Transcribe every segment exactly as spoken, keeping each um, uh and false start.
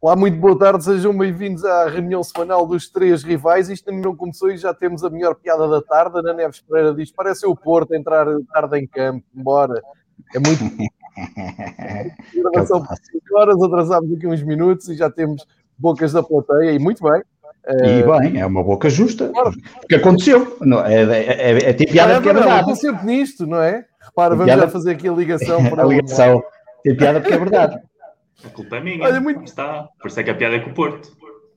Olá, muito boa tarde, sejam bem-vindos à reunião semanal dos três rivais. Isto ainda não começou e já temos a melhor piada da tarde. Ana Neves Pereira diz, parece o Porto entrar tarde em campo, embora. É muito... gravação por cinco horas, atrasámos aqui uns minutos e já temos bocas da plateia, e muito bem. E bem, é uma boca justa, porque aconteceu. Não, é, é, é, é tem piada porque é verdade. Estou sempre nisto, não é? Repara, vamos já fazer aqui a ligação. Para a ligação. Tem piada porque é verdade. A culpa é minha, olha, muito... está. Por isso é que a piada é com o Porto.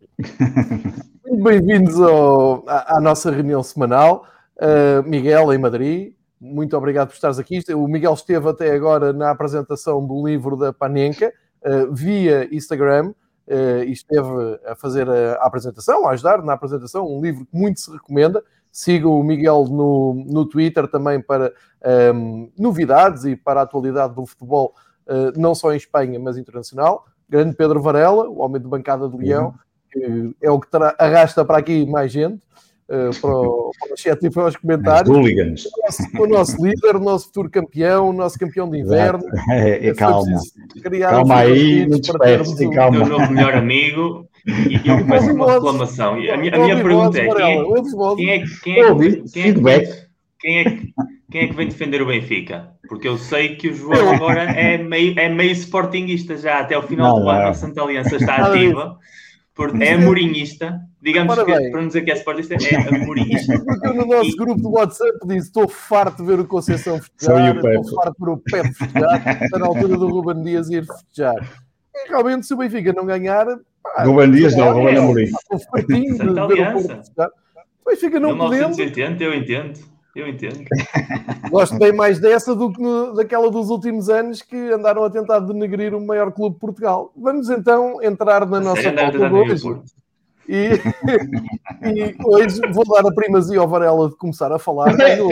Muito bem-vindos ao, à, à nossa reunião semanal. Uh, Miguel, em Madrid, muito obrigado por estares aqui. O Miguel esteve até agora na apresentação do livro da Panenka, uh, via Instagram, uh, e esteve a fazer a, a apresentação, a ajudar na apresentação, um livro que muito se recomenda. Siga o Miguel no, no Twitter também para um, novidades e para a atualidade do futebol, Uh, não só em Espanha, mas internacional. Grande Pedro Varela, o homem de bancada de Leão, que é o que terá, arrasta para aqui mais gente, uh, para, o, para o chat e para os comentários. O nosso, o nosso líder, o nosso futuro campeão, o nosso campeão de inverno. É, é, calma. Calma aí, não despeste, calma. O novo melhor amigo. E eu começo com uma reclamação. A minha, a minha pergunta é, quem é, quem é, quem é, quem é, quem é, quem é que vem defender o Benfica? Porque eu sei que o João agora é meio, é meio sportinguista já, até o final não, do ano a Santa Aliança está ativa, porque é mourinhista, digamos que, para não dizer que é sportista, é mourinista. Porque eu no nosso e... grupo do WhatsApp disse, estou farto de ver o Conceição festejar, estou farto de ver o Pepe festejar, está na altura do Ruben Dias ir festejar. E realmente, se o Benfica não ganhar... Pá, Ruben Dias não, Ruben Amorim. Estou fartinho de ver o Porto festejar. O Benfica não podendo... mil novecentos e oitenta, eu entendo. Eu entendo. Gosto bem mais dessa do que no, daquela dos últimos anos que andaram a tentar denegrir o maior clube de Portugal. Vamos então entrar na a nossa pauta de hoje. E, e hoje vou dar a primazia ao Varela de começar a falar. Tenho,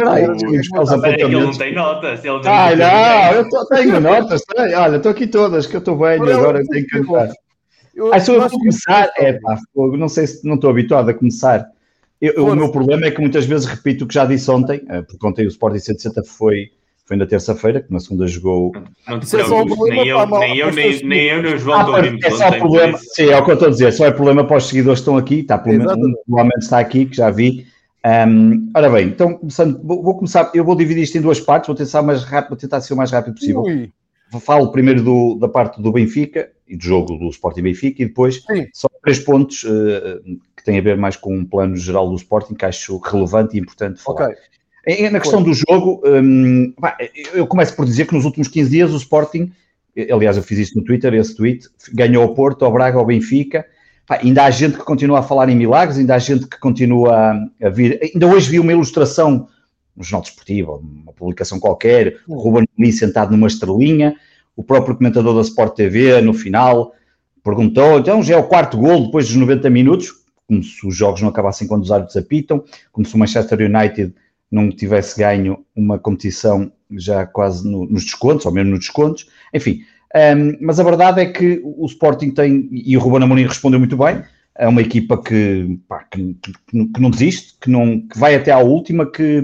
é que ele não tem notas. Ele ah, não, eu tô, tenho notas. Tenho. Olha, estou aqui todas, que eu estou velho Varela, agora tenho que cantar. Eu, ah, se eu vou começar, é pá, não sei se não estou habituado a começar. Eu, o meu problema é que muitas vezes repito o que já disse ontem, porque ontem o Sporting cento e sessenta foi, foi na terça-feira, que na segunda jogou... Não te preocupes, nem eu, nem eu, nem, nem eu, nem o João estou a ouvir. É só o problema, sim, é o que eu estou a dizer, só é problema para os seguidores que estão aqui, está, pelo menos, um, provavelmente está aqui, que já vi. Um, ora bem, então, começando, vou, vou começar, eu vou dividir isto em duas partes, vou tentar, mais rápido, vou tentar ser o mais rápido possível. Ui. Falo primeiro do, da parte do Benfica, e do jogo do Sporting Benfica, e depois sim. Só três pontos uh, que têm a ver mais com um plano geral do Sporting, que acho relevante e importante falar. Okay. Na questão do jogo, um, pá, eu começo por dizer que nos últimos quinze dias o Sporting, aliás eu fiz isto no Twitter, esse tweet, ganhou ao Porto, ao Braga, ao Benfica. Pá, ainda há gente que continua a falar em milagres, ainda há gente que continua a, a vir. Ainda hoje vi uma ilustração no Jornal Desportivo, uma publicação qualquer, o Ruben Amorim sentado numa estrelinha, o próprio comentador da Sport T V, no final, perguntou, então já é o quarto gol depois dos noventa minutos, como se os jogos não acabassem quando os árbitros apitam, como se o Manchester United não tivesse ganho uma competição já quase no, nos descontos, ou mesmo nos descontos, enfim. Um, mas a verdade é que o Sporting tem, e o Ruben Amorim respondeu muito bem, é uma equipa que, pá, que, que, que não desiste, que, não, que vai até à última, que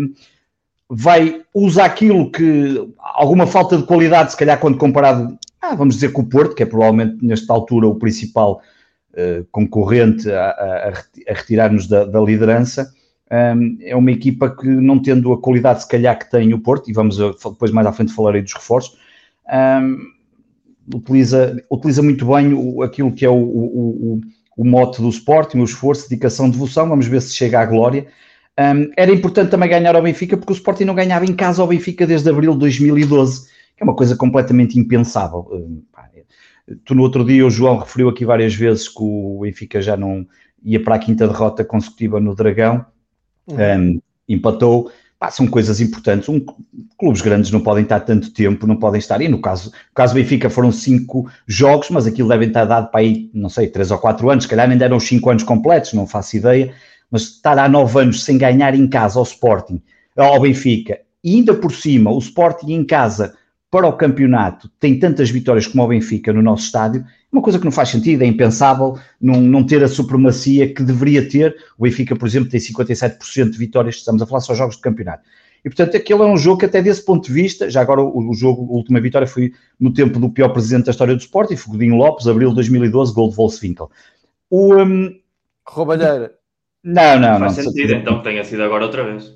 vai usar aquilo que, alguma falta de qualidade, se calhar quando comparado, ah, vamos dizer com o Porto, que é provavelmente nesta altura o principal uh, concorrente a, a, a retirar-nos da, da liderança, um, é uma equipa que não tendo a qualidade se calhar que tem o Porto, e vamos depois mais à frente falarei dos reforços, um, utiliza, utiliza muito bem o, aquilo que é o, o, o, o mote do Sporting, o esforço, dedicação, devoção, vamos ver se chega à glória. Um, era importante também ganhar ao Benfica, porque o Sporting não ganhava em casa ao Benfica desde abril de dois mil e doze, que é uma coisa completamente impensável. Um, pá, tu no outro dia, o João referiu aqui várias vezes que o Benfica já não ia para a quinta derrota consecutiva no Dragão, um, empatou. Pá, são coisas importantes. Um, clubes grandes não podem estar tanto tempo, não podem estar, e no caso, no caso do Benfica foram cinco jogos, mas aquilo devem estar dado para aí, não sei, três ou quatro anos, se calhar nem deram os cinco anos completos, não faço ideia. Mas estar há nove anos sem ganhar em casa ao Sporting, ao Benfica, e ainda por cima o Sporting em casa para o campeonato tem tantas vitórias como o Benfica no nosso estádio, é uma coisa que não faz sentido, é impensável não, não ter a supremacia que deveria ter. O Benfica, por exemplo, tem cinquenta e sete por cento de vitórias, estamos a falar só jogos de campeonato, e portanto aquele é um jogo que até desse ponto de vista, já agora o, o jogo, a última vitória foi no tempo do pior presidente da história do Sporting, foi Godinho Lopes, abril de dois mil e doze, gol de Wolfswinkel. O... Um, Roubalheira. Não, não, não. Faz não, sentido, não. Então tenha sido agora outra vez.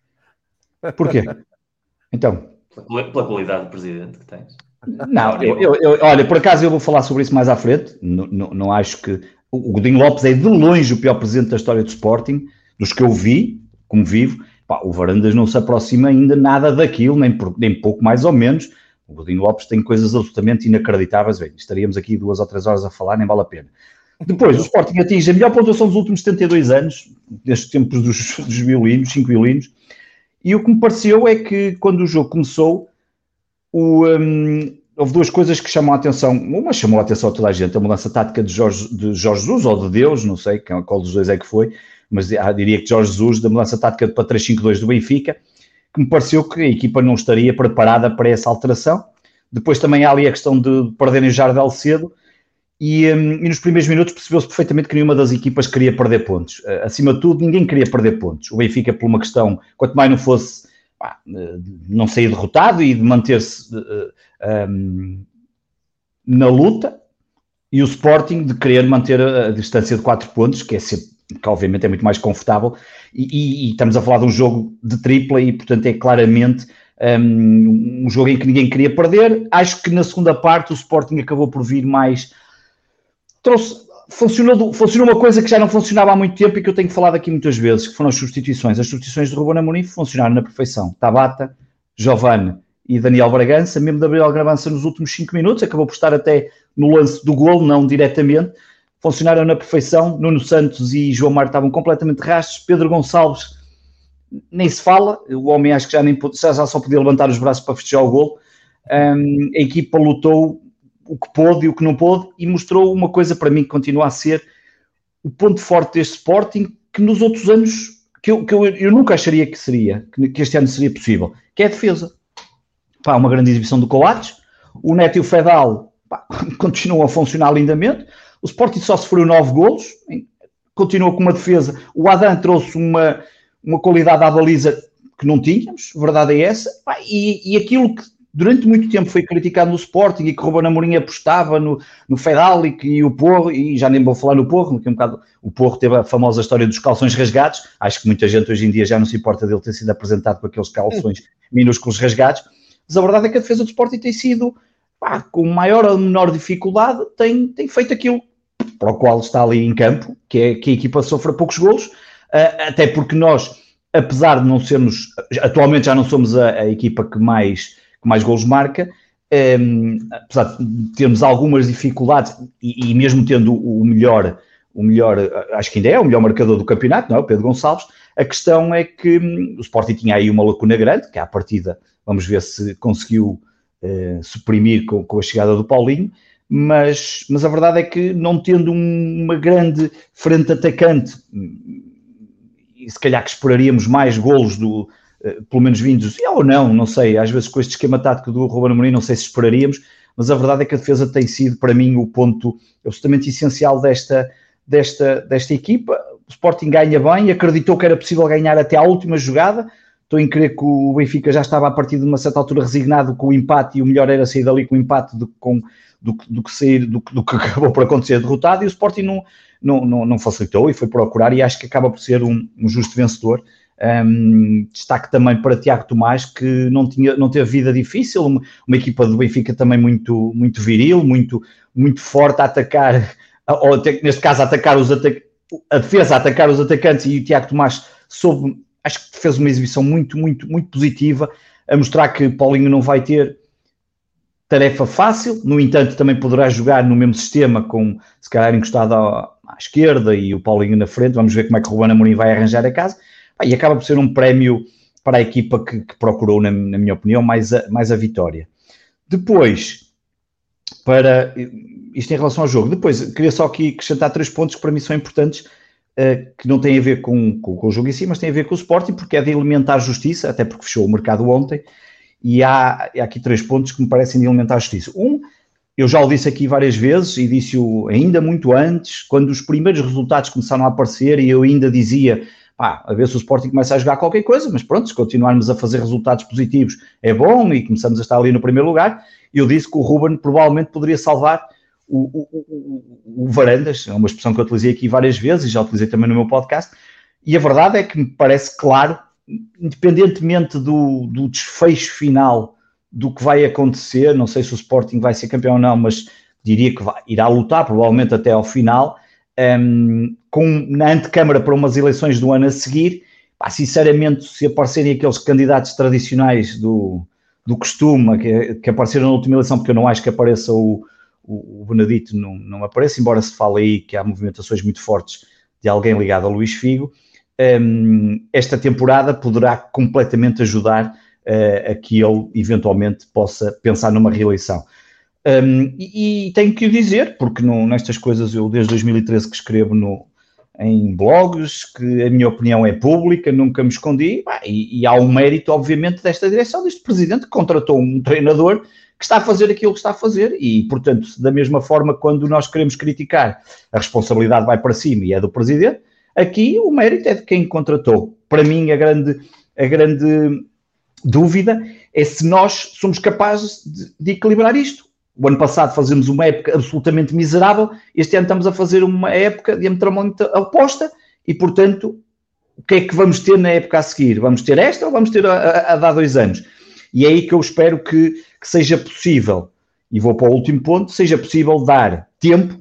Porquê? Então... Pela, pela qualidade do presidente que tens. Não, eu, eu, eu, olha, por acaso eu vou falar sobre isso mais à frente, não, não, não acho que... O Godinho Lopes é de longe o pior presidente da história do Sporting, dos que eu vi, como vivo. Pá, o Varandas não se aproxima ainda nada daquilo, nem, por, nem pouco mais ou menos. O Godinho Lopes tem coisas absolutamente inacreditáveis. Bem, estaríamos aqui duas ou três horas a falar, nem vale a pena. Depois, o Sporting atinge a melhor pontuação dos últimos setenta e dois anos, destes tempos dos, dos violinos, cinco violinos, e o que me pareceu é que quando o jogo começou, o... Um, houve duas coisas que chamam a atenção. Uma chamou a atenção a toda a gente, a mudança tática de Jorge, de Jorge Jesus, ou de Deus, não sei qual dos dois é que foi, mas diria que Jorge Jesus, da mudança tática para três cinco dois do Benfica, que me pareceu que a equipa não estaria preparada para essa alteração. Depois também há ali a questão de perderem o Jardel cedo, e, um, e nos primeiros minutos percebeu-se perfeitamente que nenhuma das equipas queria perder pontos. Uh, acima de tudo, ninguém queria perder pontos. O Benfica, por uma questão, quanto mais não fosse... não sair derrotado e de manter-se uh, um, na luta, e o Sporting de querer manter a, a distância de quatro pontos, que é sempre, que obviamente é muito mais confortável, e, e, e estamos a falar de um jogo de tripla e portanto é claramente um, um jogo em que ninguém queria perder. Acho que na segunda parte o Sporting acabou por vir mais, trouxe, funcionou, funcionou uma coisa que já não funcionava há muito tempo e que eu tenho falado aqui muitas vezes, que foram as substituições. As substituições de Ruben Amorim funcionaram na perfeição. Tabata, Giovane e Daniel Bragança, mesmo Gabriel Grabança nos últimos cinco minutos, acabou por estar até no lance do golo, não diretamente, funcionaram na perfeição. Nuno Santos e João Mário estavam completamente rastos. Pedro Gonçalves nem se fala, o homem acho que já, nem, já só podia levantar os braços para festejar o golo. Um, a equipa lutou o que pôde e o que não pôde, e mostrou uma coisa para mim que continua a ser o ponto forte deste Sporting, que nos outros anos, que eu, que eu, eu nunca acharia que seria, que, que este ano seria possível, que é a defesa. Pá, uma grande exibição do Coates, o Neto e o Fedal pá, continuam a funcionar lindamente, o Sporting só sofreu nove golos, continua com uma defesa, o Adam trouxe uma, uma qualidade à baliza que não tínhamos, verdade é essa, pá, e, e aquilo que durante muito tempo foi criticado no Sporting e que o Ruben Amorim apostava no, no Fedal e, que, e o Porro, e já nem vou falar no Porro, porque um bocado, o Porro teve a famosa história dos calções rasgados. Acho que muita gente hoje em dia já não se importa dele ter sido apresentado com aqueles calções minúsculos rasgados, mas a verdade é que a defesa do Sporting tem sido, pá, com maior ou menor dificuldade, tem, tem feito aquilo para o qual está ali em campo, que é que a equipa sofra poucos golos, uh, até porque nós, apesar de não sermos, atualmente já não somos a, a equipa que mais... que mais golos marca, um, apesar de termos algumas dificuldades, e, e mesmo tendo o melhor, o melhor, acho que ainda é o melhor marcador do campeonato, não é? O Pedro Gonçalves, a questão é que um, o Sporting tinha aí uma lacuna grande, que à partida, vamos ver se conseguiu uh, suprimir com, com a chegada do Paulinho, mas, mas a verdade é que não tendo um, uma grande frente atacante, e se calhar que esperaríamos mais golos do... pelo menos vindos, ou não, não sei, às vezes com este esquema tático do Ruben Amorim não sei se esperaríamos, mas a verdade é que a defesa tem sido para mim o ponto absolutamente essencial desta, desta, desta equipa. O Sporting ganha bem, acreditou que era possível ganhar até à última jogada. Estou em crer que o Benfica já estava a partir de uma certa altura resignado com o empate, e o melhor era sair dali com o empate do, com, do, do, que, sair, do, do que acabou por acontecer derrotado, e o Sporting não, não, não, não facilitou e foi procurar, e acho que acaba por ser um, um justo vencedor. Um, destaque também para Tiago Tomás, que não, tinha, não teve vida difícil, uma, uma equipa do Benfica também muito, muito viril, muito, muito forte a atacar, ou até, neste caso a atacar os atacantes, a defesa a atacar os atacantes, e o Tiago Tomás soube, acho que fez uma exibição muito, muito, muito positiva, a mostrar que Paulinho não vai ter tarefa fácil, no entanto também poderá jogar no mesmo sistema, com se calhar encostado à, à esquerda e o Paulinho na frente. Vamos ver como é que o Ruben Amorim vai arranjar a casa. E acaba por ser um prémio para a equipa que, que procurou, na, na minha opinião, mais a, mais a vitória. Depois, para isto em relação ao jogo, depois queria só aqui acrescentar três pontos que para mim são importantes, uh, que não têm a ver com, com, com o jogo em si, mas têm a ver com o Sporting, porque é de elementar justiça, até porque fechou o mercado ontem, e há, há aqui três pontos que me parecem de elementar justiça. Um, eu já o disse aqui várias vezes, e disse-o ainda muito antes, quando os primeiros resultados começaram a aparecer, e eu ainda dizia... pá, a ver se o Sporting começa a jogar qualquer coisa, mas pronto, se continuarmos a fazer resultados positivos é bom e começamos a estar ali no primeiro lugar. Eu disse que o Ruben provavelmente poderia salvar o, o, o, o Varandas, é uma expressão que eu utilizei aqui várias vezes e já utilizei também no meu podcast, e a verdade é que me parece claro, independentemente do, do desfecho final do que vai acontecer, não sei se o Sporting vai ser campeão ou não, mas diria que vai, irá lutar provavelmente até ao final, um, com, na antecâmara para umas eleições do ano a seguir. Pá, sinceramente, se aparecerem aqueles candidatos tradicionais do, do costume que, que apareceram na última eleição, porque eu não acho que apareça o, o, o Benedito, não, não aparece, embora se fale aí que há movimentações muito fortes de alguém ligado a Luís Figo, um, esta temporada poderá completamente ajudar uh, a que ele eventualmente possa pensar numa reeleição. Um, e, e tenho que o dizer, porque não, nestas coisas eu desde dois mil e treze que escrevo no, em blogs, que a minha opinião é pública, nunca me escondi, pá, e, e há um mérito obviamente desta direção, deste presidente que contratou um treinador que está a fazer aquilo que está a fazer e, portanto, da mesma forma quando nós queremos criticar, a responsabilidade vai para cima e é do presidente, aqui o mérito é de quem contratou. Para mim a grande, a grande dúvida é se nós somos capazes de, de equilibrar isto. O ano passado fazemos uma época absolutamente miserável, este ano estamos a fazer uma época diametralmente oposta e, portanto, o que é que vamos ter na época a seguir? Vamos ter esta ou vamos ter a, a, a dar dois anos? E é aí que eu espero que, que seja possível, e vou para o último ponto, seja possível dar tempo.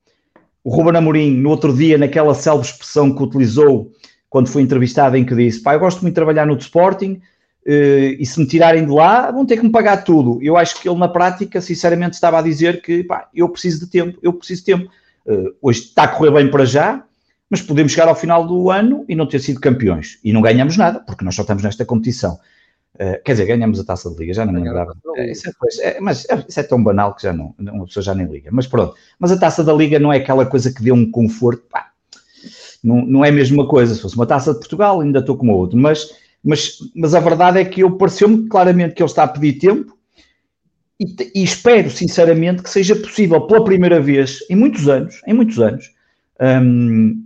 O Ruben Amorim, no outro dia, naquela célebre expressão que utilizou quando foi entrevistado, em que disse, pá, eu gosto muito de trabalhar no Sporting, Uh, e se me tirarem de lá, vão ter que me pagar tudo. Eu acho que ele, na prática, sinceramente, estava a dizer que, pá, eu preciso de tempo, eu preciso de tempo. Uh, hoje está a correr bem para já, mas podemos chegar ao final do ano e não ter sido campeões. E não ganhamos nada, porque nós só estamos nesta competição. Uh, quer dizer, ganhamos a Taça de Liga, já não me lembrava. É, isso, é, pois, é, mas é, isso é tão banal que já não, uma pessoa já nem liga. Mas pronto, mas a Taça da Liga não é aquela coisa que dê um conforto, pá, não, não é a mesma coisa. Se fosse uma Taça de Portugal, ainda estou como outro, mas... Mas, mas a verdade é que eu pareceu-me claramente que ele está a pedir tempo e, e espero sinceramente que seja possível pela primeira vez em muitos anos, em muitos anos, um,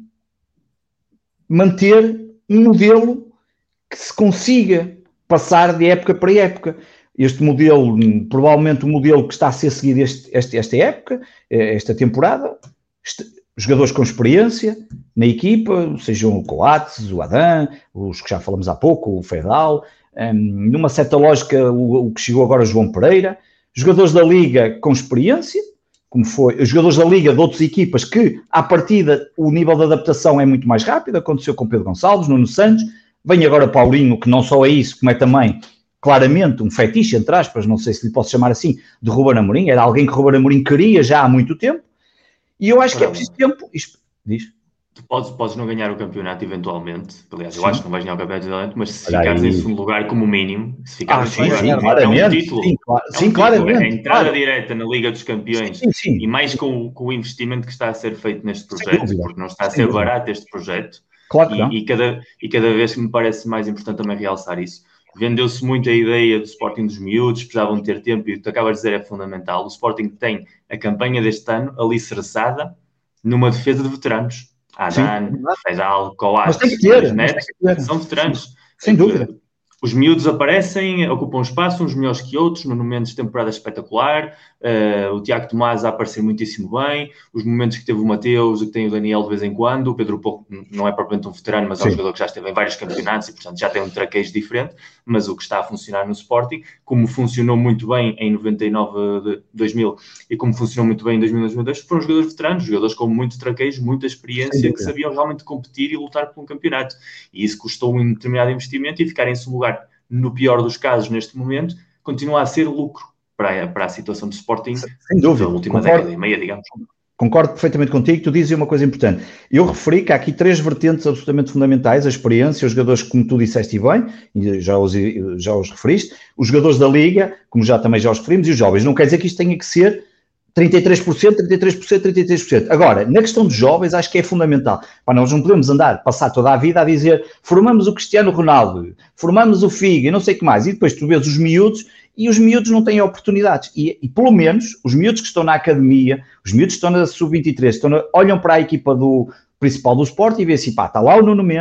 manter um modelo que se consiga passar de época para época. Este modelo, provavelmente o modelo que está a ser seguido este, este, esta época, esta temporada, este, jogadores com experiência na equipa, sejam o Coates, o Adam, os que já falamos há pouco, o Fedal, um, numa certa lógica o, o que chegou agora o João Pereira, jogadores da Liga com experiência, como foi, os jogadores da Liga de outras equipas que, à partida, o nível de adaptação é muito mais rápido, aconteceu com Pedro Gonçalves, Nuno Santos, vem agora Paulinho, que não só é isso, como é também, claramente, um fetiche, entre aspas, não sei se lhe posso chamar assim, de Ruben Amorim, era alguém que Ruben Amorim queria já há muito tempo, e eu acho que é preciso tempo. Isto, diz? Tu podes, podes não ganhar o campeonato eventualmente. Aliás, eu sim. acho que não vais ganhar o campeonato eventualmente, mas se Olha ficares aí. em segundo lugar como mínimo, se ficares ah, em segundo lugar, é um título. Sim, claro, é um sim, claramente. É a entrada claro. direta na Liga dos Campeões. Sim, sim. E mais com, com o investimento que está a ser feito neste projeto, porque não está a ser sim, barato este projeto. Claro que e, e, cada, e cada vez que me parece mais importante também realçar isso. Vendeu-se muito a ideia do Sporting dos miúdos, precisavam de ter tempo, e o que tu acabas de dizer é fundamental. O Sporting tem a campanha deste ano alicerçada numa defesa de veteranos. Adan, Fedal, Coates, Neto, são veteranos. Sem dúvida. Os miúdos aparecem, ocupam espaço, uns melhores que outros, no momentos de temporada espetacular. Uh, o Tiago Tomás a aparecer muitíssimo bem. Os momentos que teve o Mateus, que tem o Daniel de vez em quando. O Pedro Pouco não é propriamente um veterano, mas é um Sim. jogador que já esteve em vários campeonatos e, portanto, já tem um traquejo diferente. Mas o que está a funcionar no Sporting, como funcionou muito bem em noventa e nove de dois mil e como funcionou muito bem em dois mil e dois mil e dois, foram jogadores veteranos, jogadores com muito traquejo, muita experiência, que sabiam realmente competir e lutar por um campeonato. E isso custou um determinado investimento e ficar em segundo lugar, no pior dos casos, neste momento, continua a ser lucro para a, para a situação do Sporting sem dúvida. Da última Concordo. década e meia, digamos. Concordo perfeitamente contigo. Tu dizes uma coisa importante. Eu referi que há aqui três vertentes absolutamente fundamentais: a experiência, os jogadores, como tu disseste e bem, e já os, já os referiste, os jogadores da Liga, como já também já os referimos, e os jovens. Não quer dizer que isto tenha que ser trinta e três por cento, trinta e três por cento, trinta e três por cento. Agora, na questão dos jovens, acho que é fundamental. Pá, nós não podemos andar, passar toda a vida a dizer formamos o Cristiano Ronaldo, formamos o Figo e não sei o que mais, e depois tu vês os miúdos e os miúdos não têm oportunidades. E, e pelo menos, os miúdos que estão na academia, os miúdos que estão na sub vinte e três, estão na, olham para a equipa do principal do Sport e vêem assim, pá, está lá o Nuno Mendes,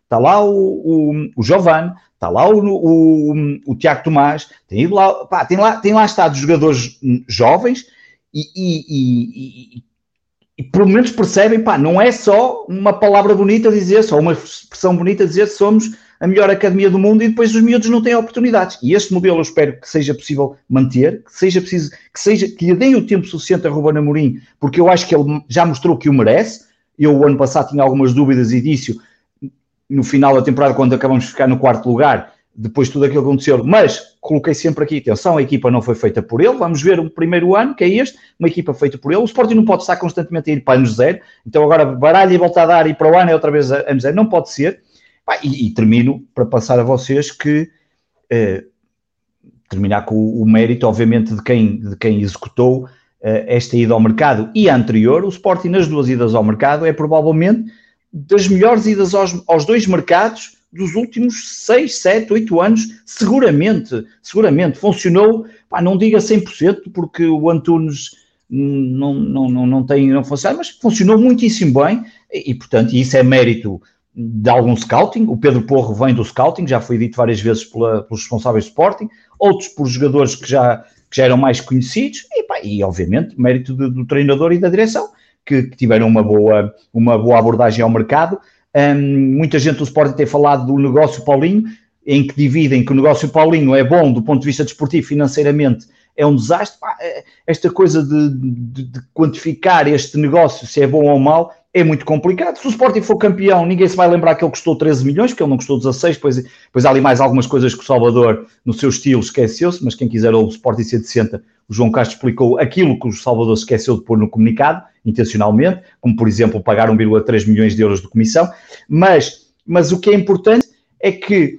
está lá o, o, o Giovane, está lá o, o, o Tiago Tomás, tem, ido lá, pá, tem, lá, tem lá estado jogadores jovens e, e, e, e, e pelo menos percebem, pá, não é só uma palavra bonita dizer, só uma expressão bonita dizer somos a melhor academia do mundo e depois os miúdos não têm oportunidades. E este modelo eu espero que seja possível manter, que seja preciso, que, seja, que lhe deem o tempo suficiente a Ruben Amorim, porque eu acho que ele já mostrou que o merece. Eu, o ano passado, tinha algumas dúvidas e disse no final da temporada, quando acabamos de ficar no quarto lugar, depois de tudo aquilo que aconteceu, mas coloquei sempre aqui, atenção, a equipa não foi feita por ele, vamos ver o primeiro ano, que é este, uma equipa feita por ele, o Sporting não pode estar constantemente a ir para anos zero, então agora baralha e volta a dar e para o ano é outra vez anos zero, não pode ser. E, e termino para passar a vocês que eh, terminar com o, o mérito, obviamente, de quem, de quem executou eh, esta ida ao mercado e a anterior. O Sporting nas duas idas ao mercado é provavelmente das melhores idas aos, aos dois mercados dos últimos seis, sete, oito anos, seguramente, seguramente, funcionou, pá, não diga cem por cento, porque o Antunes não, não, não, não tem, não funciona, mas funcionou muitíssimo bem, e, e portanto, isso é mérito de algum scouting. O Pedro Porro vem do scouting, já foi dito várias vezes pela, pelos responsáveis do Sporting, outros por jogadores que já, que já eram mais conhecidos, e, pá, e obviamente mérito de, do treinador e da direção, que, que tiveram uma boa, uma boa abordagem ao mercado. Um, muita gente do Sporting tem falado do negócio Paulinho, em que dividem que o negócio Paulinho é bom do ponto de vista desportivo, financeiramente é um desastre. Pá, esta coisa de, de, de quantificar este negócio, se é bom ou mau, é muito complicado. Se o Sporting for campeão, ninguém se vai lembrar que ele custou treze milhões, porque ele não custou dezasseis, pois, pois há ali mais algumas coisas que o Salvador, no seu estilo, esqueceu-se, mas quem quiser o Sporting cento e sessenta, o João Castro explicou aquilo que o Salvador se esqueceu de pôr no comunicado, intencionalmente, como, por exemplo, pagar um vírgula três milhões de euros de comissão, mas, mas o que é importante é que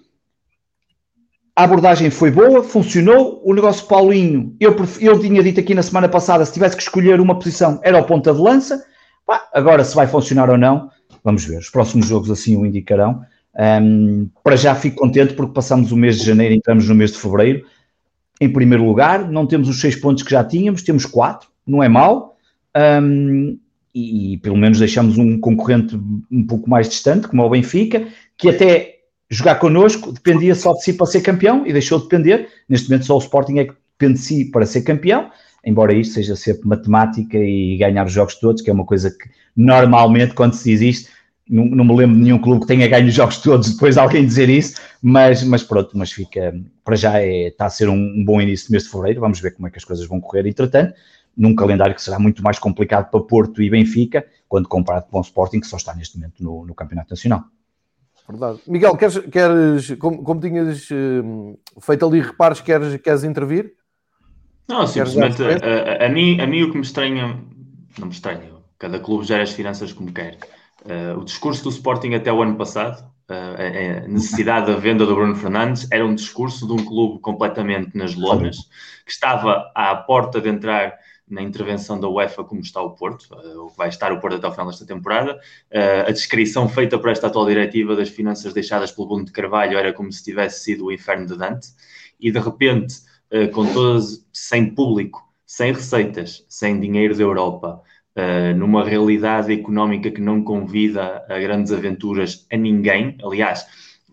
a abordagem foi boa, funcionou, o negócio Paulinho, eu, eu tinha dito aqui na semana passada, se tivesse que escolher uma posição, era o ponta de lança. Pá, agora, se vai funcionar ou não, vamos ver. Os próximos jogos assim o indicarão. Um, para já fico contente porque passamos o mês de janeiro e entramos no mês de fevereiro. Em primeiro lugar, não temos os seis pontos que já tínhamos, temos quatro, não é mau. Um, e, e pelo menos deixamos um concorrente um pouco mais distante, como é o Benfica, que até jogar connosco dependia só de si para ser campeão e deixou de depender. Neste momento só o Sporting é que depende de si para ser campeão. Embora isto seja sempre matemática e ganhar os jogos todos, que é uma coisa que normalmente, quando se diz isto, não, não me lembro de nenhum clube que tenha ganho os jogos todos depois de alguém dizer isso, mas, mas pronto, mas fica, para já é, está a ser um, um bom início de mês de fevereiro, vamos ver como é que as coisas vão correr, entretanto, num calendário que será muito mais complicado para Porto e Benfica, quando comparado com o Sporting, que só está neste momento no, no Campeonato Nacional. Verdade. Miguel, queres, queres como, como tinhas uh, feito ali reparos, queres, queres intervir? Não, simplesmente a, a, a, mim, a mim o que me estranha, não me estranha, cada clube gera as finanças como quer. Uh, o discurso do Sporting até o ano passado, uh, a, a necessidade da venda do Bruno Fernandes, era um discurso de um clube completamente nas lonas, que estava à porta de entrar na intervenção da UEFA como está o Porto, uh, vai estar o Porto até ao final desta temporada. Uh, a descrição feita por esta atual diretiva das finanças deixadas pelo Bruno de Carvalho era como se tivesse sido o inferno de Dante, e de repente, uh, com todas, sem público, sem receitas, sem dinheiro da Europa, uh, numa realidade económica que não convida a grandes aventuras a ninguém. Aliás,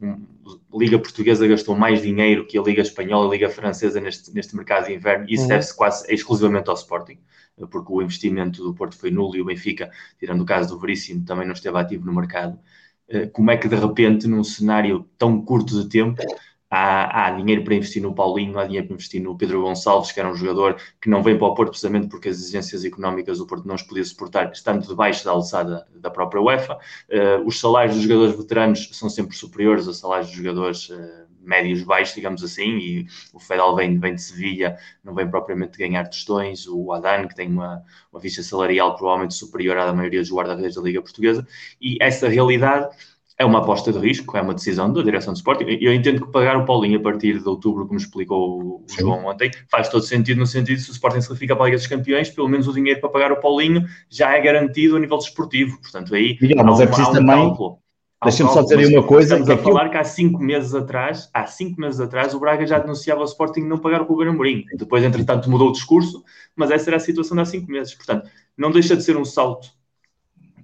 a Liga Portuguesa gastou mais dinheiro que a Liga Espanhola e a Liga Francesa neste, neste mercado de inverno, e isso uhum. deve-se quase exclusivamente ao Sporting, porque o investimento do Porto foi nulo e o Benfica, tirando o caso do Veríssimo, também não esteve ativo no mercado. Como é que de repente, num cenário tão curto de tempo, há, há dinheiro para investir no Paulinho, há dinheiro para investir no Pedro Gonçalves, que era um jogador que não vem para o Porto precisamente porque as exigências económicas do Porto não os podia suportar, estando debaixo da alçada da própria UEFA. Uh, os salários dos jogadores veteranos são sempre superiores aos salários dos jogadores uh, médios baixos, digamos assim, e o Fedal vem, vem de Sevilha, não vem propriamente ganhar tostões, o Adán, que tem uma, uma ficha salarial provavelmente superior à da maioria dos guarda-redes da Liga Portuguesa, e essa realidade é uma aposta de risco, é uma decisão da direção do Sporting. Eu entendo que pagar o Paulinho a partir de outubro, como explicou o João ontem, faz todo sentido, no sentido de se o Sporting se qualifica para a Liga dos Campeões, pelo menos o dinheiro para pagar o Paulinho já é garantido a nível desportivo. Portanto, aí Miguel, mas há um, é preciso há um também... cálculo. Deixa-me só dizer aí uma coisa. Estamos que a aquilo... falar que há cinco meses atrás, há cinco meses atrás, o Braga já denunciava ao Sporting não pagar o Ruben Amorim. Depois, entretanto, mudou o discurso, mas essa era a situação de há cinco meses. Portanto, não deixa de ser um salto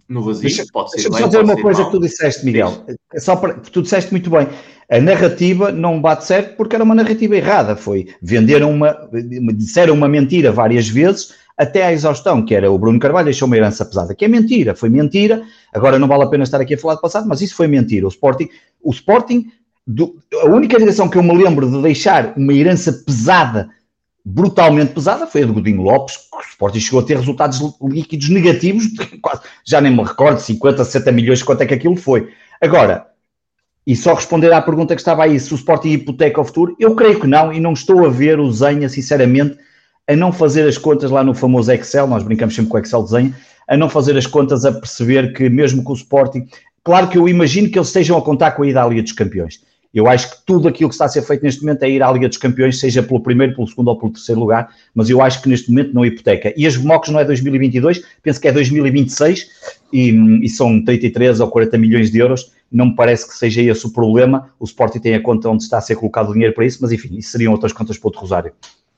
no vazio, deixa, pode ser deixa bem, só dizer uma coisa mal. que tu disseste, Miguel. É só para, tu disseste muito bem. A narrativa não bate certo porque era uma narrativa errada. Foi, venderam uma, disseram uma mentira várias vezes até à exaustão, que era o Bruno Carvalho deixou uma herança pesada, que é mentira, foi mentira. Agora não vale a pena estar aqui a falar do passado, mas isso foi mentira. O Sporting, o Sporting do, a única direção que eu me lembro de deixar uma herança pesada, brutalmente pesada, foi a de Godinho Lopes. O Sporting chegou a ter resultados líquidos negativos, quase, já nem me recordo, cinquenta, sessenta milhões, quanto é que aquilo foi. Agora, e só responder à pergunta que estava aí, se o Sporting hipoteca o futuro, eu creio que não, e não estou a ver o Zenha, sinceramente, a não fazer as contas lá no famoso Excel, nós brincamos sempre com o Excel de Zenha, a não fazer as contas, a perceber que mesmo com o Sporting, claro que eu imagino que eles estejam a contar com a ida à Liga dos Campeões. Eu acho que tudo aquilo que está a ser feito neste momento é ir à Liga dos Campeões, seja pelo primeiro, pelo segundo ou pelo terceiro lugar, mas eu acho que neste momento não hipoteca. E as V M O Cs não é dois mil e vinte e dois, penso que é dois mil e vinte e seis, e, e são trinta e três ou quarenta milhões de euros, não me parece que seja esse o problema. O Sporting tem a conta onde está a ser colocado o dinheiro para isso, mas enfim, isso seriam outras contas para outro Rosário.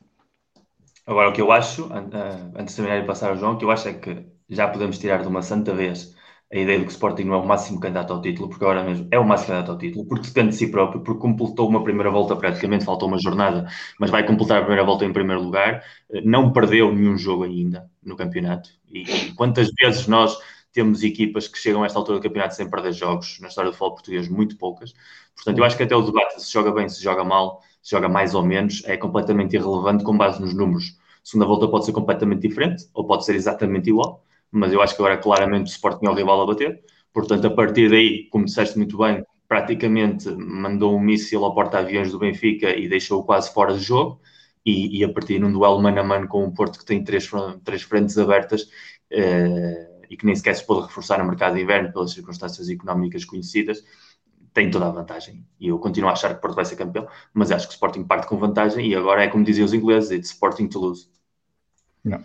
Agora, o que eu acho, antes de terminar e passar ao João, o que eu acho é que já podemos tirar de uma santa vez a ideia de que o Sporting não é o máximo candidato ao título, porque agora mesmo é o máximo candidato ao título, porque depende de si próprio, porque completou uma primeira volta praticamente, faltou uma jornada, mas vai completar a primeira volta em primeiro lugar, não perdeu nenhum jogo ainda no campeonato, e, e quantas vezes nós temos equipas que chegam a esta altura do campeonato sem perder jogos, na história do futebol português, muito poucas. Portanto, eu acho que até o debate se joga bem, se joga mal, se joga mais ou menos, é completamente irrelevante com base nos números. A segunda volta pode ser completamente diferente, ou pode ser exatamente igual, mas eu acho que agora claramente o Sporting é o rival a bater. Portanto, a partir daí, como disseste muito bem, praticamente mandou um míssil ao porta-aviões do Benfica e deixou-o quase fora de jogo. E, e a partir de um duelo mano a mano com o Porto, que tem três, três frentes abertas, eh, e que nem sequer se pôde reforçar no mercado de inverno pelas circunstâncias económicas conhecidas, tem toda a vantagem. E eu continuo a achar que o Porto vai ser campeão, mas acho que o Sporting parte com vantagem e agora é como diziam os ingleses, it's Sporting to lose. Não.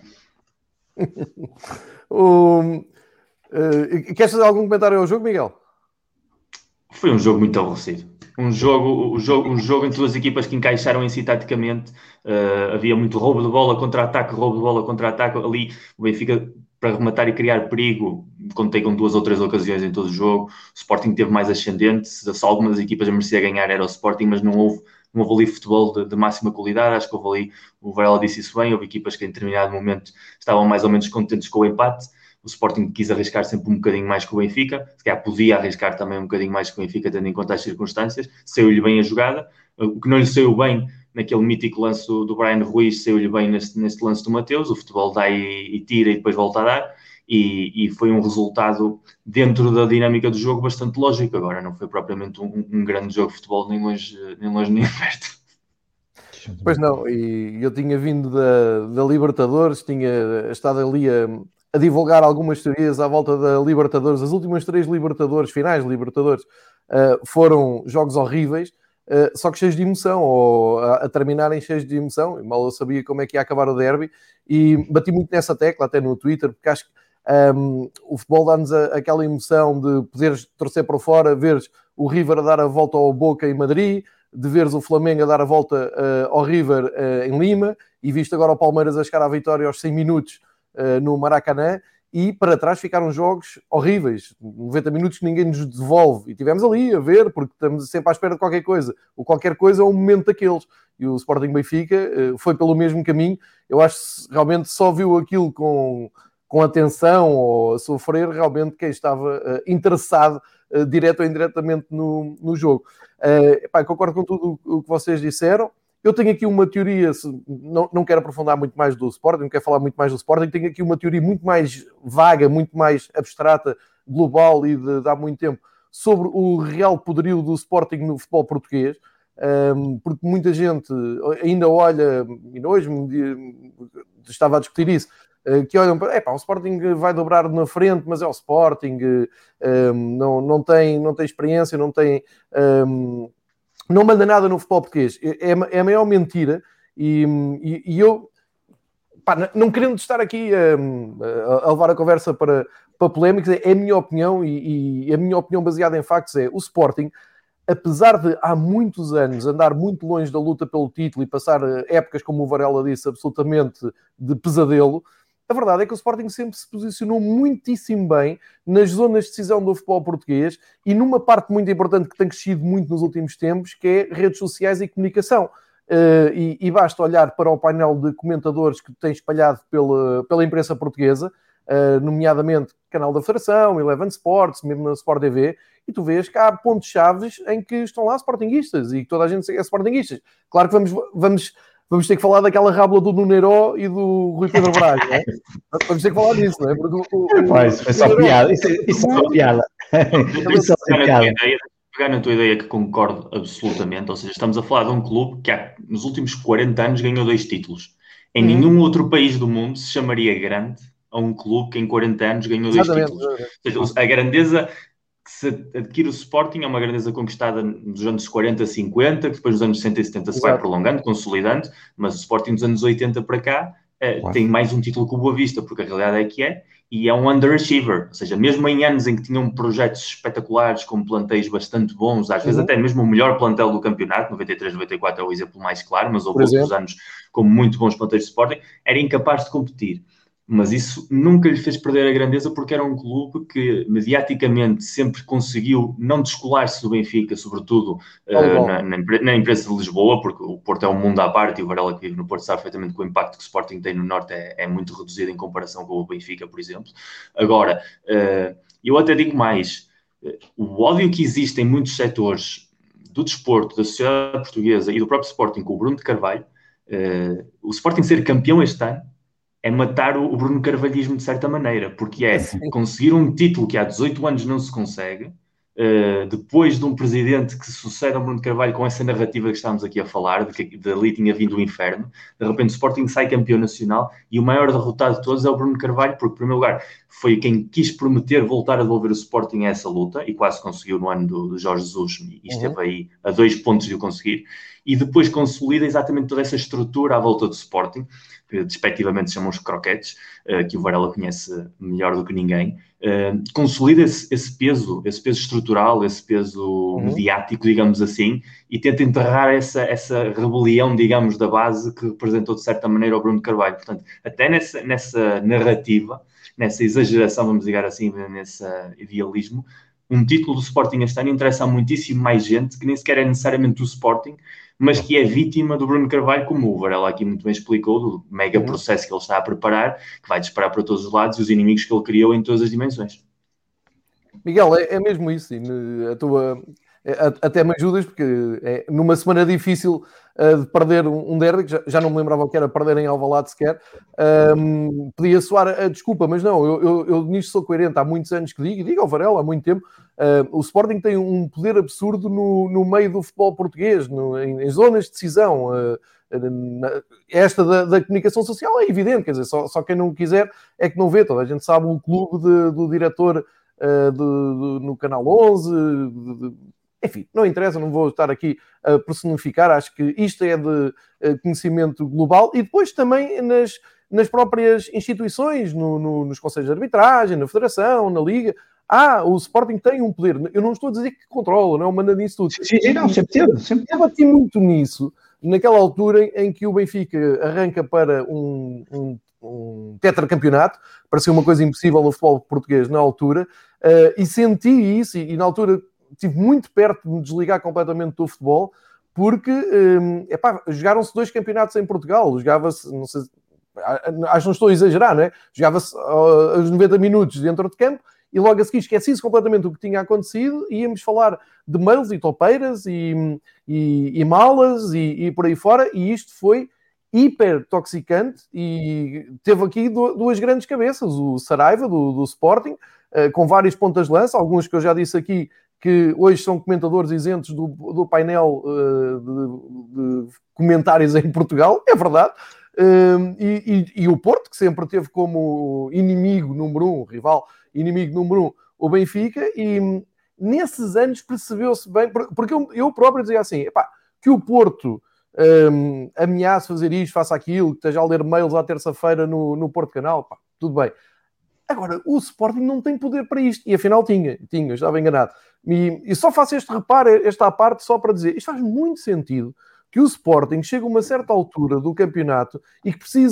um, uh, queres fazer algum comentário ao jogo, Miguel? Foi um jogo muito aborrecido. Um jogo, um jogo, um jogo entre duas equipas que encaixaram em si taticamente. Uh, havia muito roubo de bola, contra-ataque, roubo de bola, contra-ataque. Ali o Benfica, para rematar e criar perigo, contei com duas ou três ocasiões em todo o jogo. O Sporting teve mais ascendente. Se algumas das equipas a merecer ganhar era o Sporting, mas não houve, não houve ali futebol de, de máxima qualidade. Acho que houve ali, o Varela disse isso bem, houve equipas que em determinado momento estavam mais ou menos contentes com o empate. O Sporting quis arriscar sempre um bocadinho mais que o Benfica, se calhar podia arriscar também um bocadinho mais que o Benfica, tendo em conta as circunstâncias, saiu-lhe bem a jogada. O que não lhe saiu bem naquele mítico lance do Brian Ruiz, saiu-lhe bem neste, neste lance do Mateus. O futebol dá e, e tira e depois volta a dar, e, e foi um resultado dentro da dinâmica do jogo bastante lógico. Agora não foi propriamente um, um grande jogo de futebol, nem longe nem, longe, nem perto. Pois não, e eu tinha vindo da, da Libertadores, tinha estado ali a, a divulgar algumas teorias à volta da Libertadores. As últimas três Libertadores, finais de Libertadores, uh, foram jogos horríveis, uh, só que cheios de emoção, ou a, a terminarem cheios de emoção. Mal eu sabia como é que ia acabar o derby, e bati muito nessa tecla, até no Twitter, porque acho que um, o futebol dá-nos a, aquela emoção de poderes torcer para fora, veres o River a dar a volta ao Boca em Madrid, de veres o Flamengo a dar a volta uh, ao River uh, em Lima, e visto agora o Palmeiras a chegar à vitória aos cem minutos uh, no Maracanã, e para trás ficaram jogos horríveis, noventa minutos que ninguém nos devolve, e tivemos ali a ver, porque estamos sempre à espera de qualquer coisa, o qualquer coisa é um momento daqueles, e o Sporting Benfica uh, foi pelo mesmo caminho. Eu acho que realmente só viu aquilo com, com atenção ou a sofrer realmente quem estava uh, interessado uh, direto ou indiretamente no, no jogo. Uh, epá, concordo com tudo o que vocês disseram. Eu tenho aqui uma teoria, não, não quero aprofundar muito mais do Sporting, não quero falar muito mais do Sporting, tenho aqui uma teoria muito mais vaga, muito mais abstrata, global e de, de há muito tempo, sobre o real poderio do Sporting no futebol português, um, porque muita gente ainda olha, e hoje estava a discutir isso, que olham para, epá, o Sporting vai dobrar na frente, mas é o Sporting, um, não, não, tem, não tem experiência, não tem, um, não manda nada no futebol português. É, é a maior mentira, e, e, e eu, pá, não querendo estar aqui um, a, a levar a conversa para, para polémicas, é a minha opinião, e, e a minha opinião baseada em factos é, o Sporting, apesar de há muitos anos andar muito longe da luta pelo título e passar épocas, como o Varela disse, absolutamente de pesadelo, a verdade é que o Sporting sempre se posicionou muitíssimo bem nas zonas de decisão do futebol português e numa parte muito importante que tem crescido muito nos últimos tempos, que é redes sociais e comunicação. Uh, e, e basta olhar para o painel de comentadores que tem espalhado pela, pela imprensa portuguesa, uh, nomeadamente Canal da Federação, Eleven Sports, mesmo na Sport T V, e tu vês que há pontos-chave em que estão lá sportinguistas e que toda a gente é sportinguistas. Claro que vamos, vamos, vamos ter que falar daquela rábula do Nuneiro e do Rui Pedro Braga, não é? Vamos ter que falar disso, não é? Porque o, o, pois, foi só piada. Isso, isso é uma piada. Isso é uma piada. Pegar na tua ideia que concordo absolutamente, ou seja, estamos a falar de um clube que há, nos últimos quarenta anos ganhou dois títulos. Em uhum. nenhum outro país do mundo se chamaria grande a um clube que em quarenta anos ganhou dois Exatamente. títulos. Ou seja, a grandeza que se adquire o Sporting é uma grandeza conquistada nos anos quarenta, cinquenta, que depois nos anos sessenta e setenta se Exato. vai prolongando, consolidando, mas o Sporting dos anos oitenta para cá eh, tem mais um título que o Boa Vista, porque a realidade é que é, e é um underachiever, ou seja, mesmo em anos em que tinham projetos espetaculares, com plantéis bastante bons, às vezes uhum. até mesmo o melhor plantel do campeonato, noventa e três, noventa e quatro é o exemplo mais claro, mas houve outros anos com muito bons plantéis de Sporting, era incapaz de competir. Mas isso nunca lhe fez perder a grandeza, porque era um clube que mediaticamente sempre conseguiu não descolar-se do Benfica, sobretudo oh, uh, na, na, na imprensa de Lisboa, porque o Porto é um mundo à parte e o Varela que vive no Porto sabe perfeitamente que o impacto que o Sporting tem no Norte é, é muito reduzido em comparação com o Benfica, por exemplo. Agora, uh, eu até digo mais, uh, o ódio que existe em muitos setores do desporto, da sociedade portuguesa e do próprio Sporting com o Bruno de Carvalho, uh, o Sporting ser campeão este ano é matar o Bruno Carvalhismo de certa maneira, porque é Sim. conseguir um título que há dezoito anos não se consegue, uh, depois de um presidente que sucede ao Bruno Carvalho com essa narrativa que estamos aqui a falar, de que dali tinha vindo o inferno, de repente o Sporting sai campeão nacional e o maior derrotado de todos é o Bruno Carvalho, porque, em primeiro lugar, foi quem quis prometer voltar a devolver o Sporting a essa luta, e quase conseguiu no ano do, do Jorge Jesus, e esteve uhum. aí a dois pontos de o conseguir, e depois consolida exatamente toda essa estrutura à volta do Sporting, que despectivamente se chamam os croquetes, uh, que o Varela conhece melhor do que ninguém, uh, consolida esse, esse peso, esse peso estrutural, esse peso uhum. mediático, digamos assim, e tenta enterrar essa, essa rebelião, digamos, da base que representou de certa maneira o Bruno Carvalho. Portanto, até nessa, nessa narrativa, nessa exageração, vamos dizer assim, nesse idealismo, um título do Sporting este ano interessa a muitíssimo mais gente, que nem sequer é necessariamente do Sporting, mas que é vítima do Bruno Carvalho, como o Varela aqui muito bem explicou, do mega processo que ele está a preparar, que vai disparar para todos os lados, e os inimigos que ele criou em todas as dimensões. Miguel, é, é mesmo isso, a tua... Até me ajudas, porque é numa semana difícil uh, de perder um, um derby, que já, já não me lembrava o que era perder em Alvalade sequer, um, podia soar a, a desculpa, mas não, eu, eu, eu nisto sou coerente, há muitos anos que digo, e digo ao Varela há muito tempo, uh, o Sporting tem um poder absurdo no, no meio do futebol português, no, em, em zonas de decisão. Uh, na, esta da, da comunicação social é evidente, quer dizer, só, só quem não quiser é que não vê, toda a gente sabe o clube de, do diretor uh, de, de, no Canal onze, de, de, enfim, não interessa, não vou estar aqui a personificar, acho que isto é de conhecimento global, e depois também nas, nas próprias instituições, no, no, nos conselhos de arbitragem, na Federação, na Liga. Ah, o Sporting tem um poder, eu não estou a dizer que controla, não manda nisso tudo. Sim, sim, não, sempre teve, sempre teve. Eu bati muito nisso, naquela altura em que o Benfica arranca para um, um, um tetracampeonato, parecia uma coisa impossível no futebol português na altura, uh, e senti isso, e, e na altura estive muito perto de me desligar completamente do futebol, porque um, epá, jogaram-se dois campeonatos em Portugal, jogava-se, não sei, acho que não estou a exagerar, não é? Jogava-se uh, aos noventa minutos dentro de campo, e logo a seguir esqueci-se completamente o que tinha acontecido, e íamos falar de mails e topeiras, e, e, e malas, e, e por aí fora, e isto foi hiper toxicante, e teve aqui duas grandes cabeças, o Saraiva, do, do Sporting, uh, com várias pontas de lança, alguns que eu já disse aqui, que hoje são comentadores isentos do, do painel uh, de, de comentários em Portugal, é verdade, uh, e, e, e o Porto, que sempre teve como inimigo número um, rival, inimigo número um, o Benfica, e nesses anos percebeu-se bem, porque eu, eu próprio dizia assim, epá, que o Porto um, ameace fazer isto, faça aquilo, que esteja a ler mails à terça-feira no, no Porto Canal, pá, tudo bem. Agora, o Sporting não tem poder para isto, e afinal tinha, tinha, estava enganado. E, e só faço este reparo, esta parte, só para dizer, isto faz muito sentido, que o Sporting chegue a uma certa altura do campeonato e que precise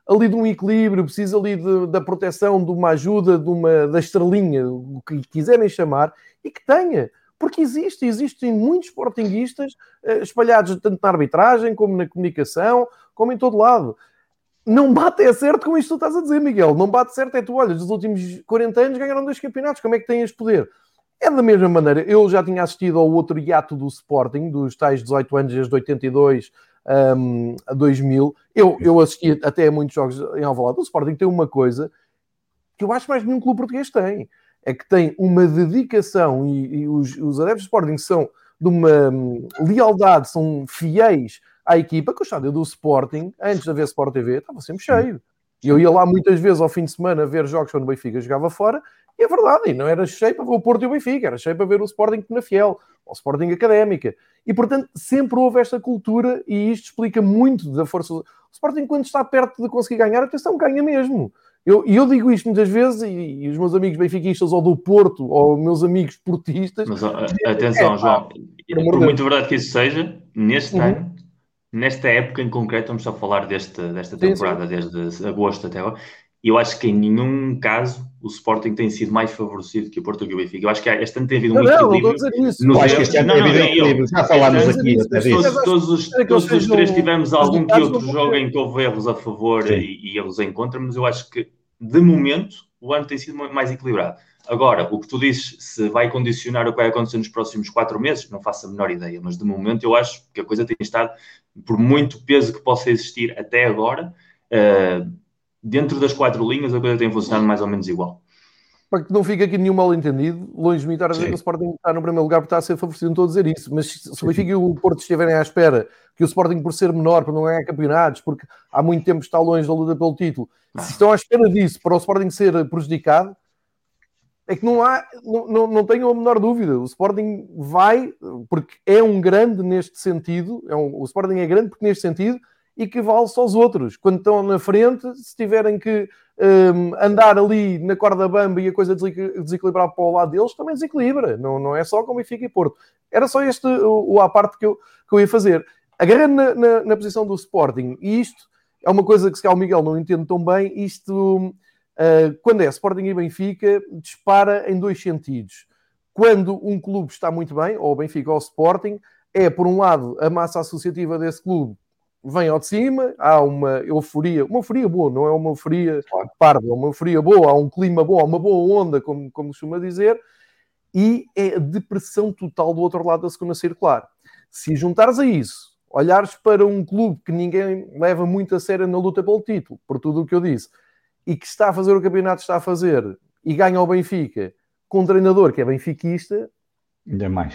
ali de um equilíbrio, precisa ali de, da proteção, de uma ajuda, de uma, da estrelinha, o que quiserem chamar, e que tenha. Porque existe, existem muitos sportinguistas uh, espalhados tanto na arbitragem, como na comunicação, como em todo lado. Não bate é certo com isto que tu estás a dizer, Miguel. Não bate certo é tu, olha, nos últimos quarenta anos ganharam dois campeonatos, como é que têm este poder? É da mesma maneira, eu já tinha assistido ao outro hiato do Sporting, dos tais dezoito anos, desde oitenta e dois um, a dois mil. Eu, eu assisti até a muitos jogos em Alvalade. O Sporting tem uma coisa que eu acho mais nenhum clube português tem. É que tem uma dedicação e, e os, os adeptos do Sporting são de uma um, lealdade, são fiéis à equipa, que o estádio do Sporting, antes de haver Sport T V, estava sempre cheio. Eu ia lá muitas vezes ao fim de semana ver jogos quando o Benfica jogava fora, e é verdade, e não era cheio para ver o Porto e o Benfica, era cheio para ver o Sporting na Fiel, ou o Sporting Académica. E, portanto, sempre houve esta cultura, e isto explica muito da força. O Sporting, quando está perto de conseguir ganhar, atenção, ganha mesmo. E eu, eu digo isto muitas vezes, e, e os meus amigos benfiquistas, ou do Porto, ou meus amigos portistas... Mas atenção, é, João, por, por muito verdade que isso seja, neste uhum. ano, nesta época em concreto, vamos só falar deste, desta temporada, sim, sim. desde agosto até agora, e eu acho que em nenhum caso o Sporting tem sido mais favorecido que o Porto e o Benfica. Eu acho que este ano tem havido um não, equilíbrio. Não, não estou a dizer isso. Acho que este ano tem havido um equilíbrio. Já falámos aqui até disso. Todos, todos, os, todos os três tivemos algum que outro jogo em que houve erros a favor e, e erros em contra, mas eu acho que, de momento, o ano tem sido mais equilibrado. Agora, o que tu dizes, se vai condicionar o que vai acontecer nos próximos quatro meses, não faço a menor ideia, mas de momento eu acho que a coisa tem estado, por muito peso que possa existir até agora, uh, dentro das quatro linhas a coisa tem funcionado mais ou menos igual. Para que não fique aqui nenhum mal-entendido, longe de mim estar a dizer que o Sporting está no primeiro lugar porque está a ser favorecido, não estou a dizer isso, mas se o Benfica e o Porto estiverem à espera que o Sporting, por ser menor, por não ganhar campeonatos, porque há muito tempo está longe da luta pelo título, se estão à espera disso para o Sporting ser prejudicado, é que não há, não, não, não tenho a menor dúvida. O Sporting vai, porque é um grande neste sentido, é um, o Sporting é grande porque neste sentido, e que vale só os outros. Quando estão na frente, se tiverem que um, andar ali na corda bamba e a coisa desequilibrar para o lado deles, também desequilibra. Não, não é só como Benfica e Porto. Era só este o, o à parte que eu, que eu ia fazer. Agarrando na, na, na posição do Sporting, e isto é uma coisa que se calhar o Miguel não entende tão bem, isto... Uh, quando é Sporting e Benfica, dispara em dois sentidos. Quando um clube está muito bem, ou o Benfica ou o Sporting, é, por um lado, a massa associativa desse clube vem ao de cima, há uma euforia, uma euforia boa, não é uma euforia parda, é uma euforia boa, há um clima bom, há uma boa onda, como, como costuma dizer, e é a depressão total do outro lado da segunda circular. Se juntares a isso, olhares para um clube que ninguém leva muito a sério na luta pelo título, por tudo o que eu disse, e que está a fazer o campeonato que está a fazer e ganha ao Benfica com um treinador que é benfiquista, ainda mais.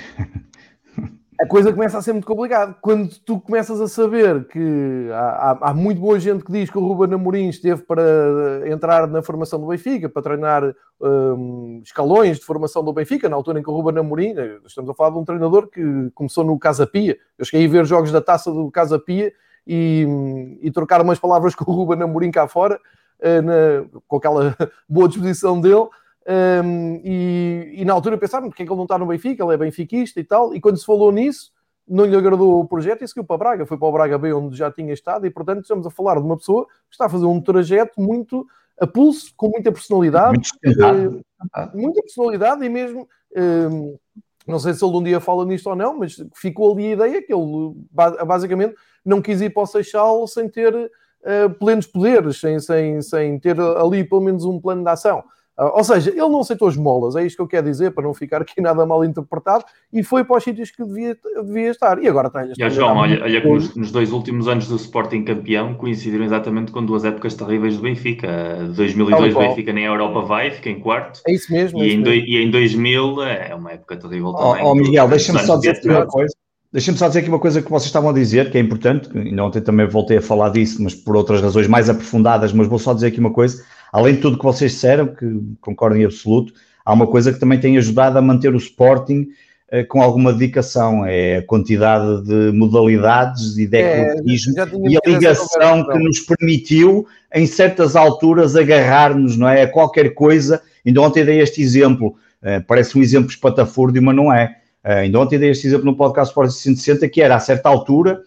A coisa começa a ser muito complicada. Quando tu começas a saber que há, há, há muito boa gente que diz que o Ruben Amorim esteve para entrar na formação do Benfica, para treinar um, escalões de formação do Benfica, na altura em que o Ruben Amorim, estamos a falar de um treinador que começou no Casa Pia. Eu cheguei a ver jogos da taça do Casa Pia e, e trocar umas palavras com o Ruben Amorim cá fora, Na, com aquela boa disposição dele, um, e, e na altura pensaram porque é que ele não está no Benfica, ele é benfiquista e tal, e quando se falou nisso, não lhe agradou o projeto e seguiu para Braga, foi para o Braga B, onde já tinha estado, e portanto estamos a falar de uma pessoa que está a fazer um trajeto muito a pulso, com muita personalidade, muito uh, muita personalidade, e mesmo um, não sei se ele um dia fala nisto ou não, mas ficou ali a ideia que ele basicamente não quis ir para o Seixal sem ter Uh, plenos poderes, sem, sem, sem ter ali pelo menos um plano de ação. Uh, ou seja, ele não aceitou as molas, é isto que eu quero dizer, para não ficar aqui nada mal interpretado, e foi para os sítios que devia, devia estar. E agora tem... E, João, olha, olha que nos, nos dois últimos anos do Sporting campeão coincidiram exatamente com duas épocas terríveis do Benfica. De dois mil e dois o Benfica nem a Europa vai, fica em quarto. É isso mesmo. É e, isso em mesmo. Do, e em dois mil é uma época terrível também. Ó oh, oh, Miguel, deixa-me só dizer uma coisa. Deixa-me só dizer aqui uma coisa que vocês estavam a dizer, que é importante, que ainda ontem também voltei a falar disso, mas por outras razões mais aprofundadas, mas vou só dizer aqui uma coisa, além de tudo que vocês disseram, que concordo em absoluto, há uma coisa que também tem ajudado a manter o Sporting eh, com alguma dedicação, é a quantidade de modalidades e de ecletismo é, e a ligação que nos permitiu, em certas alturas, agarrar-nos, não é, a qualquer coisa. Ainda ontem dei este exemplo, eh, parece um exemplo espatafúrdio, mas não é. Uh, ainda ontem dei este exemplo no podcast Sport trezentos e sessenta, que era, a certa altura,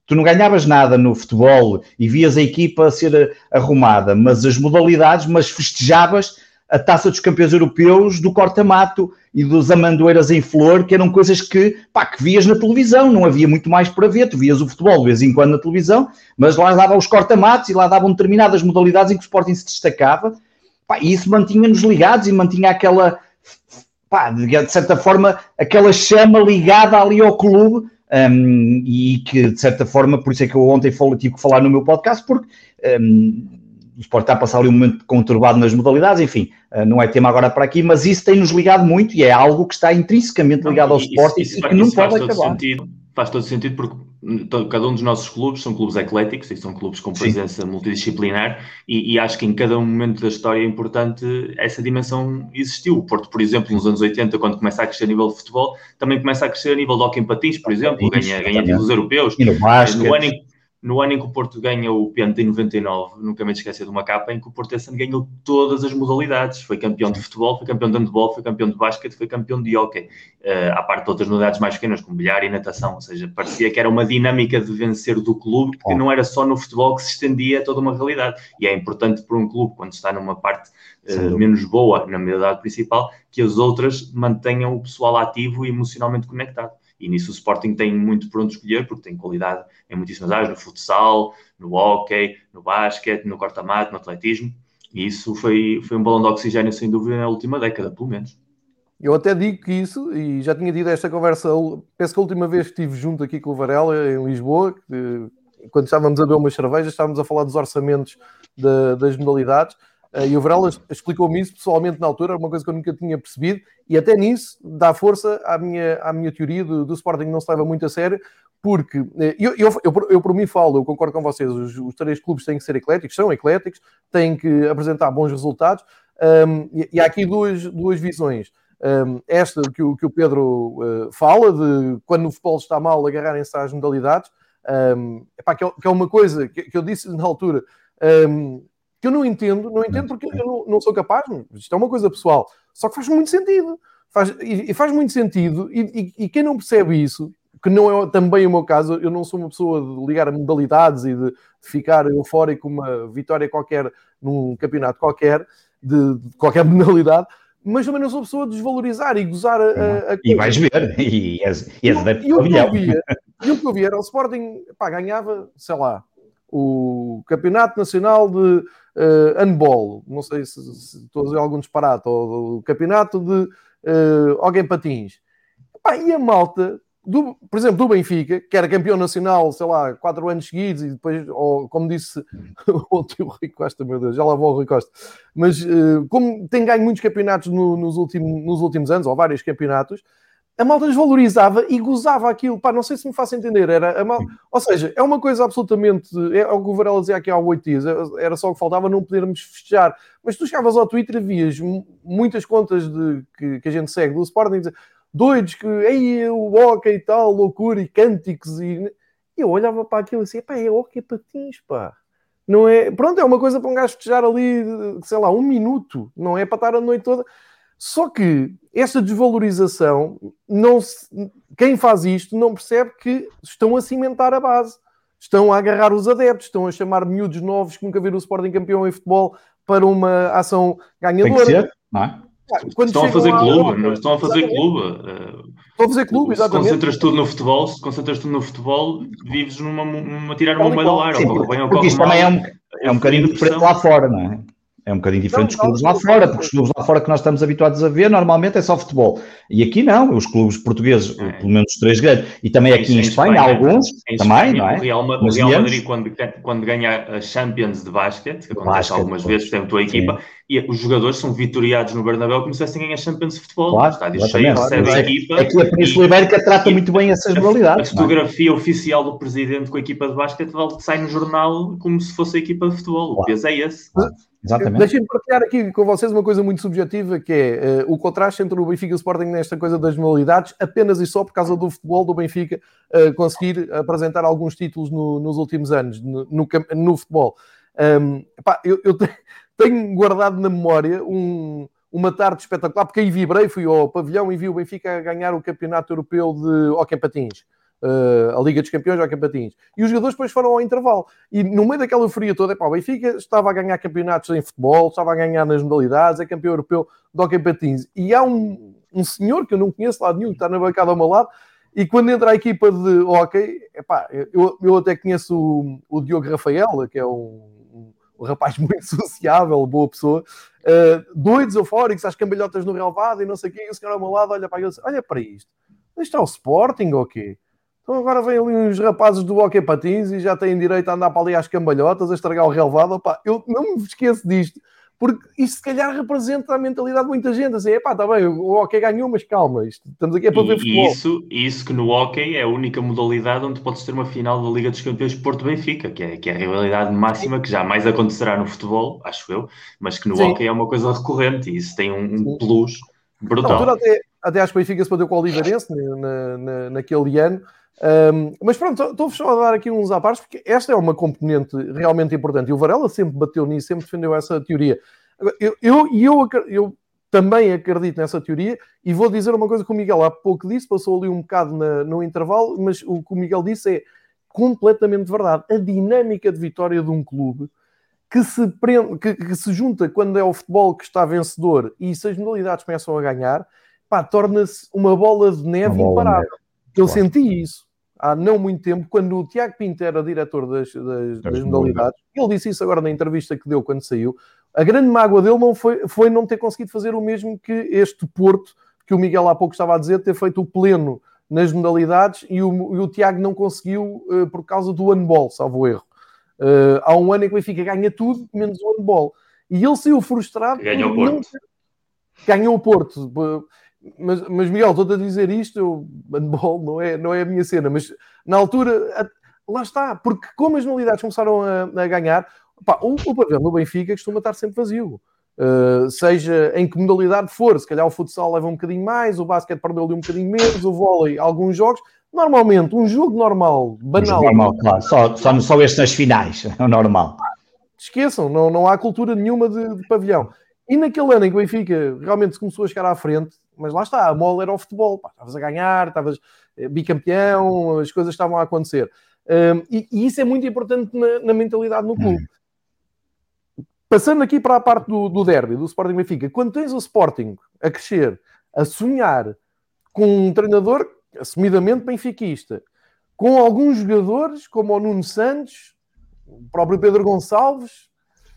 tu não ganhavas nada no futebol e vias a equipa a ser arrumada, mas as modalidades, mas festejavas a Taça dos Campeões Europeus do corta-mato e dos amendoeiras em flor, que eram coisas que, pá, que vias na televisão, não havia muito mais para ver, tu vias o futebol de vez em quando na televisão, mas lá davam os corta-matos e lá davam determinadas modalidades em que o Sporting se destacava, pá, e isso mantinha-nos ligados e mantinha aquela, pá, de certa forma, aquela chama ligada ali ao clube, um, e que, de certa forma, por isso é que eu ontem falo, tive que falar no meu podcast, porque... Um, o Sport está a passar ali um momento conturbado nas modalidades, enfim, não é tema agora para aqui, mas isso tem-nos ligado muito e é algo que está intrinsecamente ligado ao Sport e que não pode acabar. Sentido, faz todo sentido porque cada um dos nossos clubes são clubes ecléticos e são clubes com presença Sim. multidisciplinar e, e acho que em cada momento da história importante essa dimensão existiu. O Porto, por exemplo, nos anos oitenta, quando começa a crescer a nível de futebol, também começa a crescer a nível de hóquei em patins, por exemplo, ganha, ganha títulos europeus. E no basquete. No ano em No ano em que o Porto ganha o Penta em noventa e nove, nunca me esqueci de uma capa em que o Porto esse ano ganhou todas as modalidades. Foi campeão de futebol, foi campeão de handball, foi campeão de basquete, foi campeão de hóquei. Uh, à parte de outras modalidades mais pequenas, como bilhar e natação. Ou seja, parecia que era uma dinâmica de vencer do clube, que não era só no futebol que se estendia a toda uma realidade. E é importante para um clube, quando está numa parte uh, menos boa na modalidade principal, que as outras mantenham o pessoal ativo e emocionalmente conectado. E nisso o Sporting tem muito por onde escolher, porque tem qualidade em muitíssimas áreas, no futsal, no hóquei, no basquete, no corta-mato, no atletismo. E isso foi, foi um balão de oxigênio, sem dúvida, na última década, pelo menos. Eu até digo que isso, e já tinha tido esta conversa, penso que a última vez que estive junto aqui com o Varela, em Lisboa, que, quando estávamos a beber umas cervejas, estávamos a falar dos orçamentos de, das modalidades, e o Varela explicou-me isso pessoalmente na altura, uma coisa que eu nunca tinha percebido, e até nisso dá força à minha, à minha teoria do, do Sporting não se leva muito a sério, porque eu, eu, eu, eu por mim falo, eu concordo com vocês, os, os três clubes têm que ser ecléticos, são ecléticos, têm que apresentar bons resultados, um, e, e há aqui duas, duas visões. Um, esta que o, que o Pedro uh, fala, de quando o futebol está mal, agarrarem-se às modalidades, um, epá, que, é, que é uma coisa que, que eu disse na altura, um, que eu não entendo, não entendo porque eu não, não sou capaz, isto é uma coisa pessoal, só que faz muito sentido, faz, e, e faz muito sentido, e, e, e quem não percebe isso, que não é também o meu caso, eu não sou uma pessoa de ligar a modalidades e de ficar eufórico com uma vitória qualquer num campeonato qualquer, de, de qualquer modalidade, mas também não sou pessoa de desvalorizar e gozar a, a, a coisa. E vais ver, e és, e és e, e, o que eu via, e o que eu via era o Sporting, pá, ganhava, sei lá, o Campeonato Nacional de uh, Handball, não sei se, se estou a dizer algum disparate, ou o Campeonato de uh, Hóquei em Patins. Pá, e a malta, do, por exemplo, do Benfica, que era campeão nacional, sei lá, quatro anos seguidos, e depois, ou, como disse ontem o Rui Costa, meu Deus, já lá vou o Rui Costa, mas uh, como tem ganho muitos campeonatos no, nos, últimos, nos últimos anos, ou vários campeonatos, a malta desvalorizava e gozava aquilo. Pá, não sei se me faço entender. Era a mal... Ou seja, é uma coisa absolutamente... É o que o Varela dizia aqui há oito dias. Era só o que faltava não podermos festejar. Mas tu chegavas ao Twitter e vias muitas contas de, que, que a gente segue do Sporting dizer, doidos que... Ei, o hóquei e tal, loucura e cânticos. E eu olhava para aquilo e dizia, pá, é hóquei patins, pá. Não é... Pronto, é uma coisa para um gajo festejar ali, sei lá, um minuto. Não é para estar a noite toda... Só que esta desvalorização, não se, quem faz isto não percebe que estão a cimentar a base, estão a agarrar os adeptos, estão a chamar miúdos novos que nunca viram o Sporting campeão em futebol para uma ação ganhadora. Tem que ser, não é? Estão a fazer clube, não estão a fazer clube. Estão a fazer clube, exatamente. Se concentras tudo no futebol, se concentras tudo no futebol, vives numa, numa tirar uma moeda ao ar. Sim, porque, porque isto também é um, é um bocadinho diferente lá fora, não é? É um bocadinho diferente não, dos clubes não, lá fora, porque os clubes lá fora que nós estamos habituados a ver, normalmente é só futebol. E aqui não, os clubes portugueses, é. pelo menos os três grandes, e também aqui em, em Espanha, Espanha, alguns, em também, Espanha, não é? O Real, o Real Madrid, quando, quando ganha a Champions de basquete, que acontece basquete, algumas pô. vezes, tem a tua equipa, sim. e os jogadores são vitoriados no Bernabéu como se fossem ganhar a Champions de futebol. Claro, o estádio cheio, recebe a equipa. Aqui a Península Ibérica trata e, muito bem essas modalidades. A fotografia oficial do presidente com a equipa de basquete sai no jornal como se fosse a equipa de futebol. Claro. O peso é esse. Claro. Exatamente. Deixem-me partilhar aqui com vocês uma coisa muito subjetiva, que é uh, o contraste entre o Benfica e o Sporting nesta coisa das modalidades, apenas e só por causa do futebol do Benfica uh, conseguir apresentar alguns títulos no, nos últimos anos, no, no, no futebol. Um, epá, eu, eu tenho guardado na memória um, uma tarde espetacular, porque aí vibrei, fui ao pavilhão e vi o Benfica ganhar o Campeonato Europeu de Hóquei em Patins. uh, a Liga dos Campeões ou a Campeonatos. E os jogadores depois foram ao intervalo. E no meio daquela euforia toda, epá, o Benfica estava a ganhar campeonatos em futebol, estava a ganhar nas modalidades, é campeão europeu do Hockey Patins. E há um, um senhor que eu não conheço lá nenhum, que está na bancada ao meu lado, e quando entra a equipa de hockey, epá, eu, eu até conheço o, o Diogo Rafael, que é um, um, um rapaz muito sociável, boa pessoa, uh, doidos, eufóricos, às cambalhotas no relvado e não sei o quê, e o senhor ao meu lado olha para ele e diz, olha para isto, isto é o Sporting ou quê? Então agora vêm ali uns rapazes do Hockey Patins e já têm direito a andar para ali às cambalhotas, a estragar o relvado. Epá, eu não me esqueço disto, porque isto se calhar representa a mentalidade de muita gente, assim, epá, está bem, o hockey ganhou, mas calma, isto, estamos aqui é para e, ver futebol. E isso, isso que no hockey é a única modalidade onde podes ter uma final da Liga dos Campeões Porto-Benfica, que é, que é a rivalidade máxima, que jamais acontecerá no futebol, acho eu, mas que no Sim. hockey é uma coisa recorrente, e isso tem um, um plus brutal. Na altura até, até acho que o Benfica se bateu com o Oliveirense na, na, naquele ano. Um, mas pronto, estou só a dar aqui uns à parte, porque esta é uma componente realmente importante e o Varela sempre bateu nisso, sempre defendeu essa teoria. Eu, eu, eu, eu também acredito nessa teoria e vou dizer uma coisa que o Miguel há pouco disse, passou ali um bocado na, no intervalo, mas o que o Miguel disse é completamente verdade. A dinâmica de vitória de um clube que se, prende, que, que se junta quando é o futebol que está vencedor e se as modalidades começam a ganhar, pá, torna-se uma bola de neve imparável. Eu claro. senti isso há não muito tempo, quando o Tiago Pinto era diretor das, das, das modalidades. Ele disse isso agora na entrevista que deu quando saiu. A grande mágoa dele não foi, foi não ter conseguido fazer o mesmo que este Porto, que o Miguel há pouco estava a dizer, ter feito o pleno nas modalidades e o, e o Tiago não conseguiu uh, por causa do handball, salvo erro. Uh, há um ano em que o Benfica ganha tudo, menos o handball. E ele saiu frustrado. Ganhou o Porto. Não... Ganhou o Porto. Mas, mas Miguel, estou-te a dizer isto, eu, handball não é, não é a minha cena, mas na altura, a, lá está, porque como as modalidades começaram a, a ganhar, pá, o, o pavilhão do Benfica costuma estar sempre vazio. Uh, seja em que modalidade for, se calhar o futsal leva um bocadinho mais, o basquete perdeu ali um bocadinho menos, o vôlei, alguns jogos. Normalmente, um jogo normal, banal. Um jogo normal, claro. Só, só, só este nas finais, é o normal. Esqueçam, não, não há cultura nenhuma de, de pavilhão. E naquele ano em que o Benfica realmente se começou a chegar à frente, mas lá está, a mola era o futebol. Pá, estavas a ganhar, estavas bicampeão, as coisas estavam a acontecer. Um, e, e isso é muito importante na, na mentalidade no clube. Hum. Passando aqui para a parte do, do derby, do Sporting Benfica, quando tens o Sporting a crescer, a sonhar com um treinador assumidamente benfiquista, com alguns jogadores como o Nuno Santos, o próprio Pedro Gonçalves,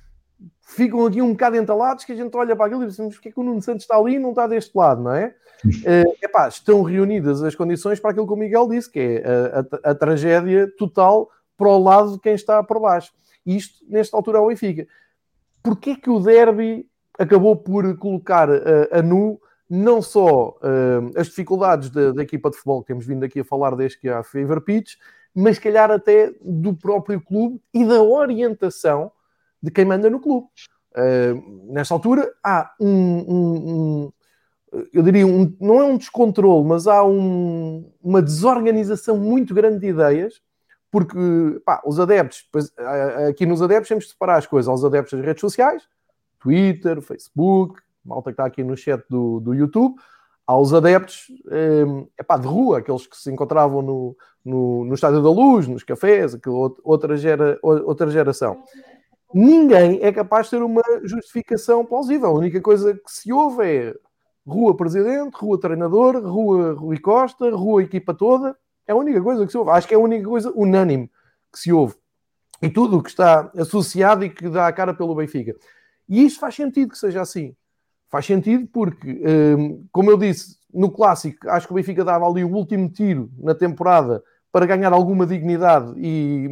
ficam aqui um bocado entalados, que a gente olha para aquilo e diz, mas porque é que o Nuno Santos está ali e não está deste lado, não é? Uh, epá, estão reunidas as condições para aquilo que o Miguel disse, que é a, a, a tragédia total para o lado de quem está por baixo. E isto, nesta altura, é o Benfica. Porquê é que o derby acabou por colocar uh, a nu não só uh, as dificuldades da, da equipa de futebol que temos vindo aqui a falar desde que há Fever Pitch, mas, se calhar, até do próprio clube e da orientação de quem manda no clube. Uh, nesta altura há um, um, um eu diria, um, não é um descontrole, mas há um, uma desorganização muito grande de ideias, porque pá, os adeptos, pois, aqui nos adeptos temos de separar as coisas aos adeptos das redes sociais, Twitter, Facebook, malta que está aqui no chat do, do YouTube, aos adeptos um, epá, de rua, aqueles que se encontravam no, no, no Estádio da Luz, nos cafés, aquela outra, gera, outra geração. Ninguém é capaz de ter uma justificação plausível. A única coisa que se ouve é rua presidente, rua treinador, rua Rui Costa, rua equipa toda. É a única coisa que se ouve. Acho que é a única coisa unânime que se ouve. E tudo o que está associado e que dá a cara pelo Benfica. E isto faz sentido que seja assim. Faz sentido porque, como eu disse, no Clássico, acho que o Benfica dava ali o último tiro na temporada para ganhar alguma dignidade e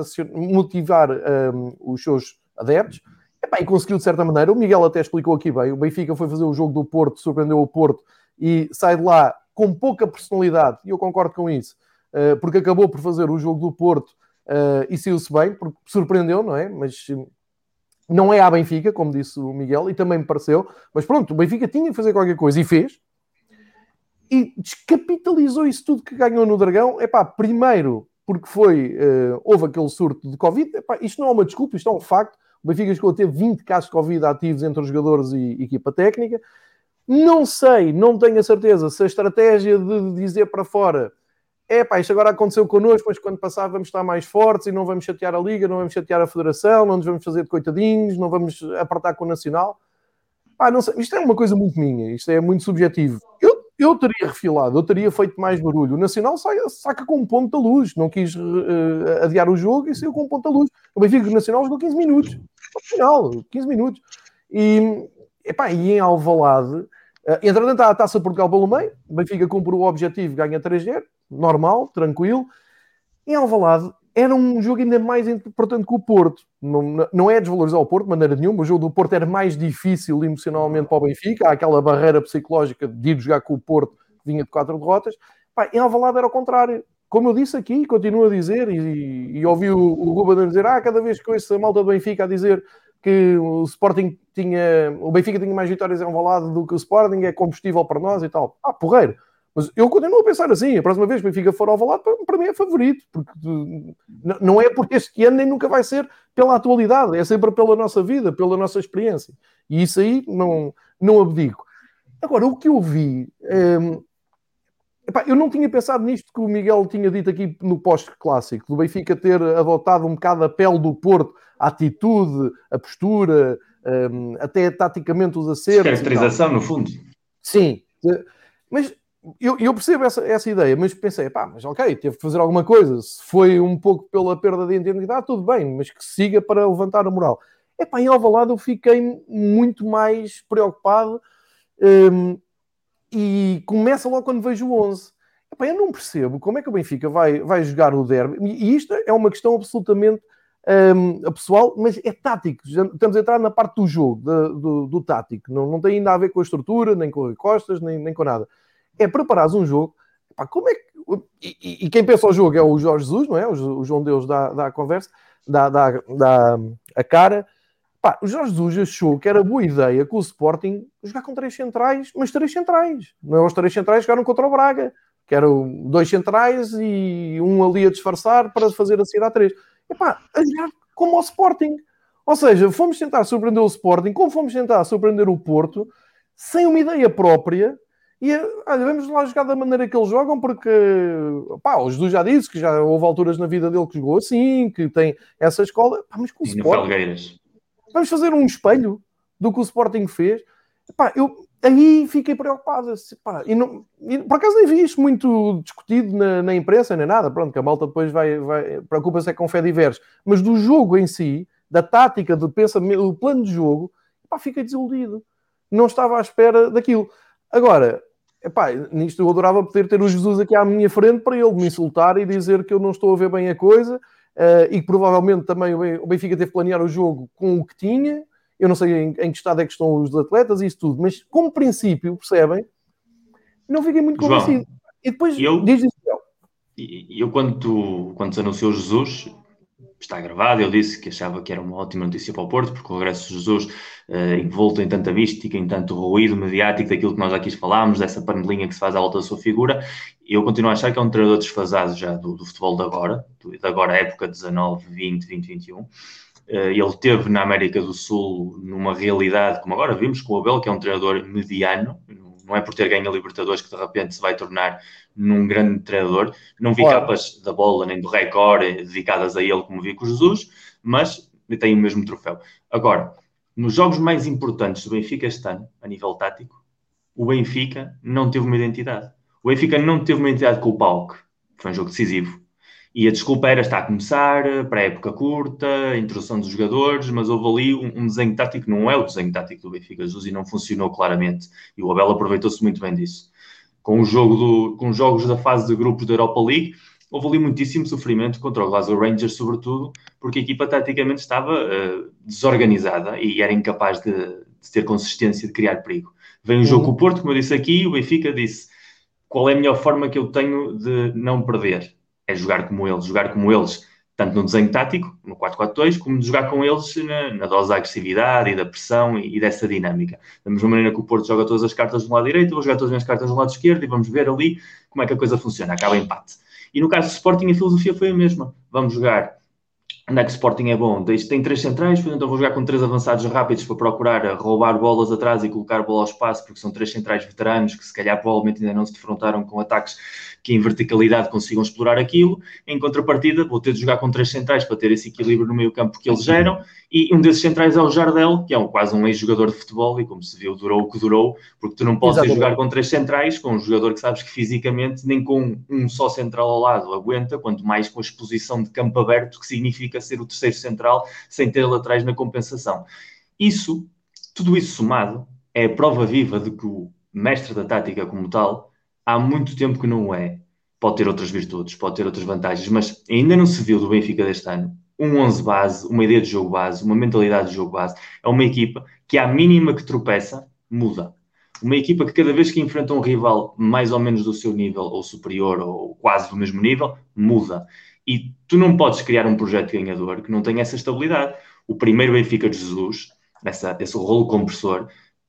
motivar um, os seus adeptos. Epá, e conseguiu de certa maneira. O Miguel até explicou aqui bem. O Benfica foi fazer o jogo do Porto, surpreendeu o Porto e sai de lá com pouca personalidade. E eu concordo com isso. Uh, porque acabou por fazer o jogo do Porto uh, e saiu-se bem, porque surpreendeu, não é? Mas não é a Benfica, como disse o Miguel, e também me pareceu. Mas pronto, o Benfica tinha que fazer qualquer coisa e fez. E descapitalizou isso tudo que ganhou no Dragão. Epá, primeiro, porque foi, uh, houve aquele surto de Covid. Epá, isto não é uma desculpa, isto é um facto. O Benfica chegou a ter vinte casos de Covid ativos entre os jogadores e equipa técnica. Não sei, não tenho a certeza se a estratégia de dizer para fora é pá, isto agora aconteceu connosco, mas quando passar vamos estar mais fortes e não vamos chatear a Liga, não vamos chatear a Federação, não nos vamos fazer de coitadinhos, não vamos apertar com o Nacional. Pá, não sei, isto é uma coisa muito minha, isto é muito subjetivo. Eu, eu teria refilado, eu teria feito mais barulho. O Nacional saca, saca com um ponto da luz, não quis uh, adiar o jogo e saiu com um ponto da luz. O Benfica o Nacional jogou quinze minutos, no final, quinze minutos. E, epá, e em Alvalade, uh, entretanto há a Taça de Portugal pelo meio, o Benfica cumpre o objetivo, ganha três a zero, normal, tranquilo. Em Alvalade era um jogo ainda mais importante que o Porto. Não, não é desvalorizar o Porto de maneira nenhuma. O jogo do Porto era mais difícil emocionalmente para o Benfica. Há aquela barreira psicológica de ir jogar com o Porto, que vinha de quatro derrotas. Pá, em Alvalade era ao contrário. Como eu disse aqui, continuo a dizer, e, e ouvi o, o Ruben dizer, ah, cada vez que ouço a malta do Benfica a dizer que o Sporting tinha, o Benfica tinha mais vitórias em Alvalade do que o Sporting, é combustível para nós e tal. Ah, porreiro. Mas eu continuo a pensar assim, a próxima vez que o Benfica for ao Alvalade, para, para mim é favorito, porque não é por este ano nem nunca vai ser pela atualidade, é sempre pela nossa vida, pela nossa experiência. E isso aí não, não abdico. Agora, o que eu vi... Hum, epá, eu não tinha pensado nisto que o Miguel tinha dito aqui no pós-clássico, do Benfica ter adotado um bocado a pele do Porto, a atitude, a postura, hum, até taticamente os acertos. Caracterização, no fundo. Sim, mas... Eu, eu percebo essa, essa ideia, mas pensei, pá, mas ok, teve que fazer alguma coisa. Se foi um pouco pela perda de identidade, tudo bem, mas que siga para levantar a moral. Epá, em Alvalade eu fiquei muito mais preocupado um, e começa logo quando vejo o onze. Epá, eu não percebo como é que o Benfica vai, vai jogar o derby, e isto é uma questão absolutamente um, pessoal, mas é tático. Já estamos a entrar na parte do jogo, do, do, do tático. Não, não tem ainda a ver com a estrutura, nem com o Costas, nem, nem com nada. É preparares um jogo, pá, como é que... E, e quem pensa o jogo é o Jorge Jesus, não é? O, o João Deus dá, dá a conversa, dá, dá, dá a cara. Pá, o Jorge Jesus achou que era boa ideia com o Sporting jogar com três centrais, mas três centrais. Não é os três centrais que jogaram contra o Braga, que eram dois centrais e um ali a disfarçar para fazer a saída a três. E pá, a jogar como o Sporting. Ou seja, fomos tentar surpreender o Sporting, como fomos tentar surpreender o Porto, sem uma ideia própria. E olha, vamos lá jogar da maneira que eles jogam, porque pá, o Jesus já disse que já houve alturas na vida dele que jogou assim, que tem essa escola. Pá, mas com o Sporting, vamos fazer um espelho do que o Sporting fez. Pá, eu aí fiquei preocupado. Pá, e não, e, por acaso nem vi isto muito discutido na, na imprensa, nem nada. Pronto, que a malta depois vai, vai preocupa-se é com fé diversos. Mas do jogo em si, da tática, do pensamento, do plano de jogo, pá, fiquei desiludido. Não estava à espera daquilo. Agora... Epá, nisto eu adorava poder ter o Jesus aqui à minha frente para ele me insultar e dizer que eu não estou a ver bem a coisa uh, e que provavelmente também o Benfica teve que planear o jogo com o que tinha. Eu não sei em, em que estado é que estão os atletas e isso tudo, mas como princípio, percebem? Não fiquei muito João, convencido. E depois eu, diz isso. Eu, quando, tu, quando se anunciou Jesus, está gravado, eu disse que achava que era uma ótima notícia para o Porto, porque o regresso de Jesus, uh, envolto em tanta mística, em tanto ruído mediático, daquilo que nós aqui falámos, dessa panelinha que se faz à volta da sua figura, eu continuo a achar que é um treinador desfasado já do, do futebol de agora, do, de agora época dezanove, vinte, vinte, vinte e um. Uh, ele teve na América do Sul numa realidade, como agora vimos com o Abel, que é um treinador mediano, não é por ter ganho a Libertadores que de repente se vai tornar num grande treinador. Não vi claro. capas da bola nem do Record dedicadas a ele como vi com o Jesus, mas tem o mesmo troféu. Agora, nos jogos mais importantes do Benfica este ano, a nível tático, o Benfica não teve uma identidade. O Benfica não teve uma identidade com o P A O K, que foi um jogo decisivo. E a desculpa era estar a começar, para a época curta, a introdução dos jogadores, mas houve ali um, um desenho tático, não é o desenho tático do Benfica Jesus e não funcionou claramente. E o Abel aproveitou-se muito bem disso. Com, o jogo do, com os jogos da fase de grupos da Europa League, houve ali muitíssimo sofrimento contra o Glasgow Rangers, sobretudo, porque a equipa taticamente estava uh, desorganizada e era incapaz de, de ter consistência, de criar perigo. Vem um jogo com o Porto, como eu disse aqui, o Benfica disse qual é a melhor forma que eu tenho de não perder. É jogar como eles, jogar como eles, tanto no desenho tático, no quatro quatro dois, como de jogar com eles na, na dose da agressividade e da pressão e, e dessa dinâmica. Da mesma maneira que o Porto joga todas as cartas do lado direito, eu vou jogar todas as cartas do lado esquerdo e vamos ver ali como é que a coisa funciona, acaba empate. E no caso do Sporting a filosofia foi a mesma. Vamos jogar onde é que o Sporting é bom? Tem três centrais, portanto eu vou jogar com três avançados rápidos para procurar roubar bolas atrás e colocar bola ao espaço, porque são três centrais veteranos que se calhar provavelmente ainda não se defrontaram com ataques que em verticalidade consigam explorar aquilo. Em contrapartida, vou ter de jogar com três centrais para ter esse equilíbrio no meio campo que eles geram, e um desses centrais é o Jardel, que é um, quase um ex-jogador de futebol, e como se viu, durou o que durou, porque tu não podes jogar com três centrais, com um jogador que sabes que fisicamente, nem com um só central ao lado aguenta, quanto mais com a exposição de campo aberto, que significa ser o terceiro central, sem ter laterais na compensação. Isso, tudo isso somado, é a prova viva de que o mestre da tática como tal, há muito tempo que não é. Pode ter outras virtudes, pode ter outras vantagens, mas ainda não se viu do Benfica deste ano um onze base, uma ideia de jogo base, uma mentalidade de jogo base. É uma equipa que, à mínima que tropeça, muda. Uma equipa que cada vez que enfrenta um rival mais ou menos do seu nível, ou superior, ou quase do mesmo nível, muda. E tu não podes criar um projeto ganhador que não tenha essa estabilidade. O primeiro Benfica de Jesus, essa, esse rolo compressor,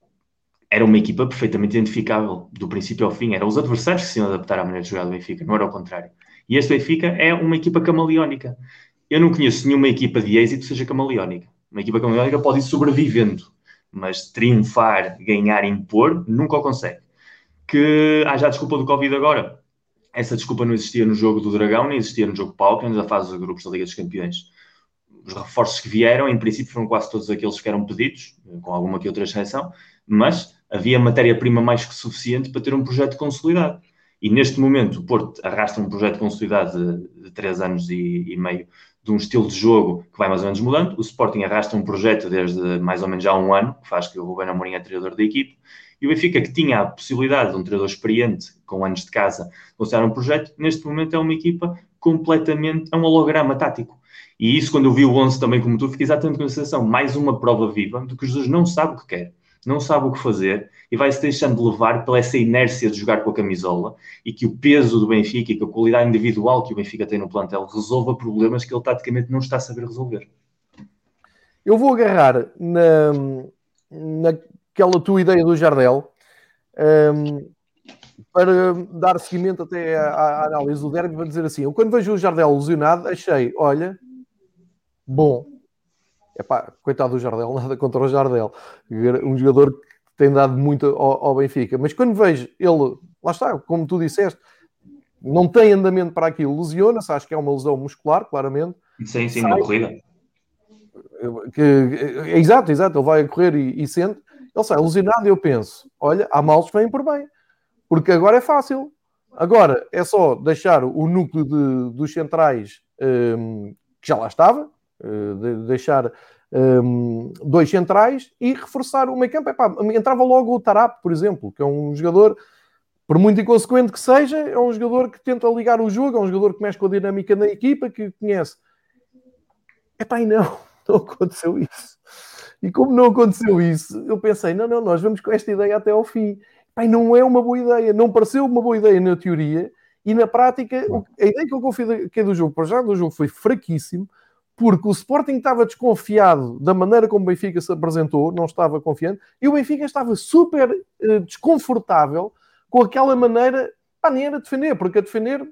era uma equipa perfeitamente identificável, do princípio ao fim. Eram os adversários que se iam adaptar à maneira de jogar do Benfica, não era o contrário. E este Benfica é uma equipa camaleónica. Eu não conheço nenhuma equipa de êxito que seja camaleónica. Uma equipa camaleónica pode ir sobrevivendo, mas triunfar, ganhar, impor, nunca o consegue. Que haja a desculpa do Covid agora. Essa desculpa não existia no jogo do Dragão, nem existia no jogo Pauken, da fase dos grupos da Liga dos Campeões. Os reforços que vieram, em princípio, foram quase todos aqueles que eram pedidos, com alguma que outra exceção, mas havia matéria-prima mais que suficiente para ter um projeto consolidado. E neste momento o Porto arrasta um projeto consolidado de, de três anos e, e meio, de um estilo de jogo que vai mais ou menos mudando. O Sporting arrasta um projeto desde mais ou menos já um ano, que faz que o Ruben Amorim é treinador da equipe. E o Benfica, que tinha a possibilidade de um treinador experiente, com anos de casa, considerar um projeto, neste momento é uma equipa completamente, é um holograma tático. E isso, quando eu vi o onze também como tu, fiquei exatamente com a sensação, mais uma prova viva de que o Jesus não sabe o que quer, não sabe o que fazer e vai-se deixando levar pela essa inércia de jogar com a camisola, e que o peso do Benfica e que a qualidade individual que o Benfica tem no plantel resolva problemas que ele taticamente não está a saber resolver. Eu vou agarrar na, naquela tua ideia do Jardel, um, para dar seguimento até à, à análise do derby, para dizer assim, eu quando vejo o Jardel lesionado, achei, olha, bom, epá, coitado do Jardel, nada contra o Jardel, um jogador que tem dado muito ao, ao Benfica, mas quando vejo ele, lá está, como tu disseste, não tem andamento para aquilo, lesiona-se, acho que é uma lesão muscular, claramente. Sim, sim, uma corrida. Que, que, exato, exato, ele vai a correr e, e sente, ele sai lesionado e eu penso, olha, há males que vêm por bem, porque agora é fácil, agora é só deixar o núcleo de, dos centrais um, que já lá estava, uh, de, deixar um, dois centrais e reforçar o meio campo. Epá, entrava logo o Tarap, por exemplo, que é um jogador, por muito inconsequente que seja, é um jogador que tenta ligar o jogo, é um jogador que mexe com a dinâmica da equipa, que conhece. Epá, e não, não aconteceu isso. E como não aconteceu isso, eu pensei, não, não, nós vamos com esta ideia até ao fim. Epá, e não é uma boa ideia, não pareceu uma boa ideia na teoria, e na prática, a ideia que eu confio do jogo, para já do jogo, foi fraquíssimo, porque o Sporting estava desconfiado da maneira como o Benfica se apresentou, não estava confiante, e o Benfica estava super uh, desconfortável com aquela maneira, pá, nem era defender, porque a defender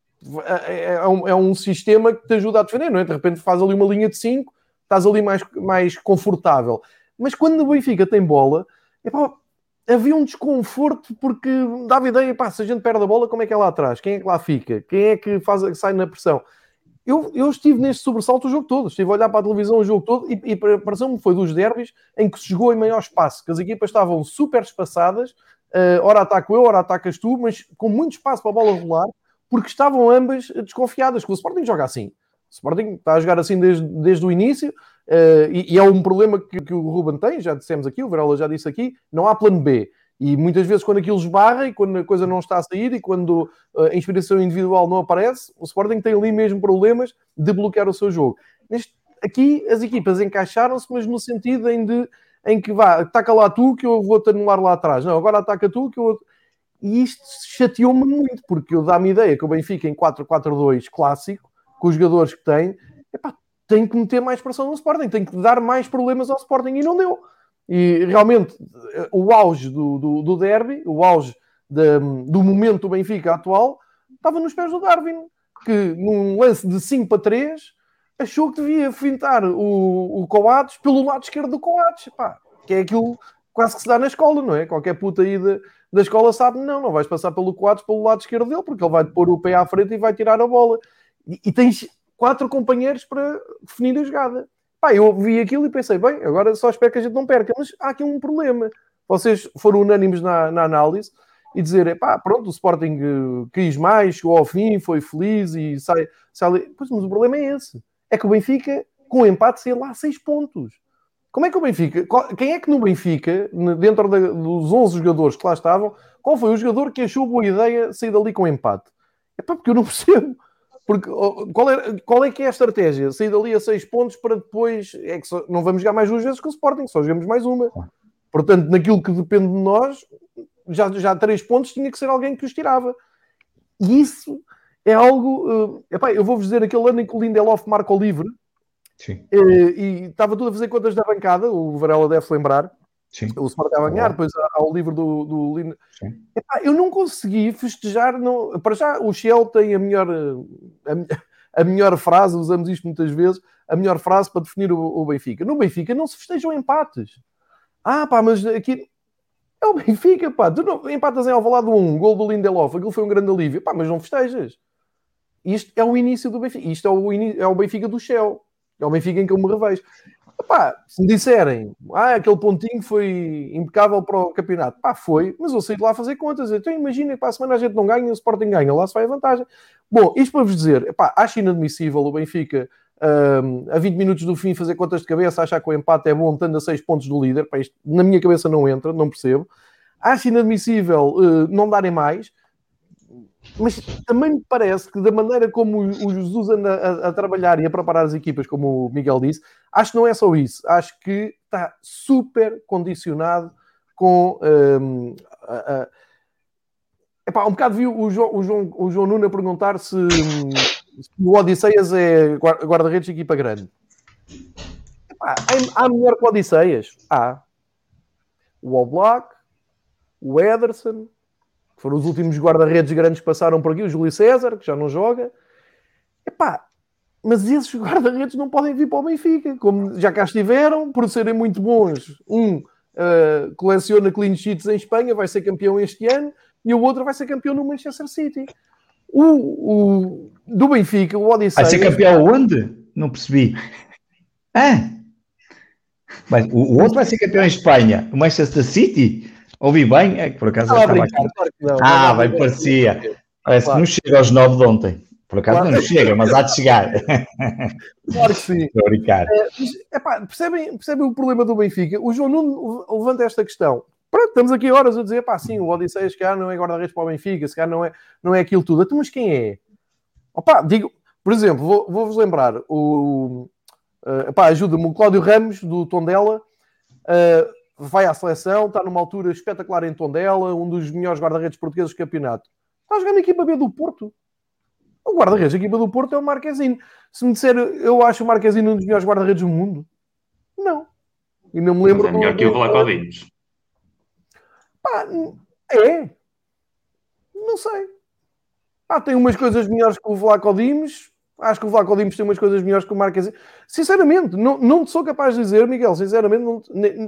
é, é, um, é um sistema que te ajuda a defender, não é? De repente faz ali uma linha de cinco, estás ali mais, mais confortável. Mas quando o Benfica tem bola, epá, havia um desconforto, porque dava ideia, pá, se a gente perde a bola, como é que é lá atrás? Quem é que lá fica? Quem é que faz, sai na pressão? Eu, eu estive neste sobressalto o jogo todo, estive a olhar para a televisão o jogo todo e, e pareceu-me que foi dos derbys em que se jogou em maior espaço, que as equipas estavam super espaçadas, uh, ora ataco eu, ora atacas tu, mas com muito espaço para a bola rolar, porque estavam ambas desconfiadas, que o Sporting joga assim. O Sporting está a jogar assim desde, desde o início, uh, e, e é um problema que, que o Ruben tem, já dissemos aqui, o Varela já disse aqui, não há plano B. E muitas vezes quando aquilo esbarra e quando a coisa não está a sair e quando a inspiração individual não aparece, o Sporting tem ali mesmo problemas de bloquear o seu jogo. Neste, aqui as equipas encaixaram-se, mas no sentido em, de, em que vá, ataca lá tu que eu vou-te anular lá atrás. Não, agora ataca tu que eu... E isto chateou-me muito, porque eu dá-me ideia que o Benfica em quatro quatro dois clássico, com os jogadores que tem, epá, tem que meter mais pressão no Sporting, tem que dar mais problemas ao Sporting, e não deu. E realmente o auge do, do, do derby, o auge de, do momento do Benfica atual, estava nos pés do Darwin, que num lance de cinco para três achou que devia fintar o, o Coates pelo lado esquerdo do Coates, pá, que é aquilo quase que se dá na escola, não é? Qualquer puta aí da, da escola sabe, não, não vais passar pelo Coates pelo lado esquerdo dele, porque ele vai pôr o pé à frente e vai tirar a bola. E, e tens quatro companheiros para definir a jogada. Pá, eu vi aquilo e pensei, bem, agora só espero que a gente não perca, mas há aqui um problema. Vocês foram unânimes na, na análise e dizer, pá, pronto, o Sporting uh, quis mais, chegou ao fim, foi feliz e sai, sai ali. Pois, mas o problema é esse. É que o Benfica, com o empate, saiu lá seis pontos. Como é que o Benfica... Quem é que no Benfica, dentro de, dos onze jogadores que lá estavam, qual foi o jogador que achou boa ideia sair dali com empate? É pá, porque eu não percebo. Porque qual é, qual é que é a estratégia? Sair dali a seis pontos para depois... É que só, não vamos jogar mais duas vezes com o Sporting, só jogamos mais uma. Portanto, naquilo que depende de nós, já, já três pontos tinha que ser alguém que os tirava. E isso é algo... Uh, epá, eu vou-vos dizer aquele ano em que o Lindelof marca o livre. Sim. Uh, e estava tudo a fazer contas da bancada, o Varela deve-se lembrar. Sim. O Sport a ganhar, depois há o livro do, do Lind... Epá, eu não consegui festejar. Não... Para já, o Shell tem a melhor, a, a melhor frase, usamos isto muitas vezes, a melhor frase para definir o, o Benfica. No Benfica não se festejam empates. Ah, pá, mas aqui... É o Benfica, pá. Tu não empatas em Alvalade um gol do Lindelof, aquilo foi um grande alívio. Pá, mas não festejas. Isto é o início do Benfica. Isto é o, in... é o Benfica do Shell. É o Benfica em que eu me revejo. Epá, se me disserem, ah, aquele pontinho foi impecável para o campeonato. Pá, foi, mas eu saí de lá a fazer contas. Então imagina que para a semana a gente não ganha, o Sporting ganha, lá se vai a vantagem. Bom, isto para vos dizer, epá, acho inadmissível o Benfica um, a vinte minutos do fim fazer contas de cabeça, achar que o empate é bom estando a seis pontos do líder. Pá, isto na minha cabeça não entra, não percebo. Acho inadmissível uh, não darem mais. Mas também me parece que da maneira como o Jesus anda a, a trabalhar e a preparar as equipas, como o Miguel disse, acho que não é só isso. Acho que está super condicionado com... Um, a, a... Epá, um bocado vi o João, o João, o João Nuno a perguntar se, se o Odisseias é guarda-redes de equipa grande. Epá, há melhor que o Odisseias? Há. O Oblak, o Ederson... que foram os últimos guarda-redes grandes que passaram por aqui, o Júlio César, que já não joga. Epá, mas esses guarda-redes não podem vir para o Benfica, como já cá estiveram, por serem muito bons. Um uh, coleciona clean sheets em Espanha, vai ser campeão este ano, e o outro vai ser campeão no Manchester City. O, o do Benfica, o Odisseias... Vai ser campeão onde? Não percebi. Ah! Mas o, o outro vai ser campeão em Espanha, o Manchester City... Ouvi bem? É que por acaso... Ah, brincar, claro que não, ah não, bem parecia. Parece claro. Que não chega aos nove de ontem. Por acaso claro. Não chega, mas há de chegar. Claro que sim. Estou a brincar. É, epá, percebem, percebem o problema do Benfica? O João Nuno levanta esta questão. Pronto, estamos aqui horas a dizer, pá, sim, o Odisseias, se calhar não é guarda-redes para o Benfica, se calhar não é, não é aquilo tudo. Então, mas quem é? Opa, digo, por exemplo, vou, vou-vos lembrar, o, uh, epá, ajuda-me, o Cláudio Ramos, do Tondela, uh, vai à seleção, está numa altura espetacular em Tondela, um dos melhores guarda-redes portugueses do campeonato. Está jogando a equipa B do Porto. O guarda-redes da equipa do Porto é o Marquezine. Se me disser, eu acho o Marquezine um dos melhores guarda-redes do mundo. Não. E não me lembro... Mas é melhor do... que o Vlaco Dimos. Pá, é. Não sei. Pá, tem umas coisas melhores que o Vlaco Dimos. Acho que o Vlaco Dimos tem umas coisas melhores que o Marquezine. Sinceramente, não, não sou capaz de dizer, Miguel, sinceramente, não...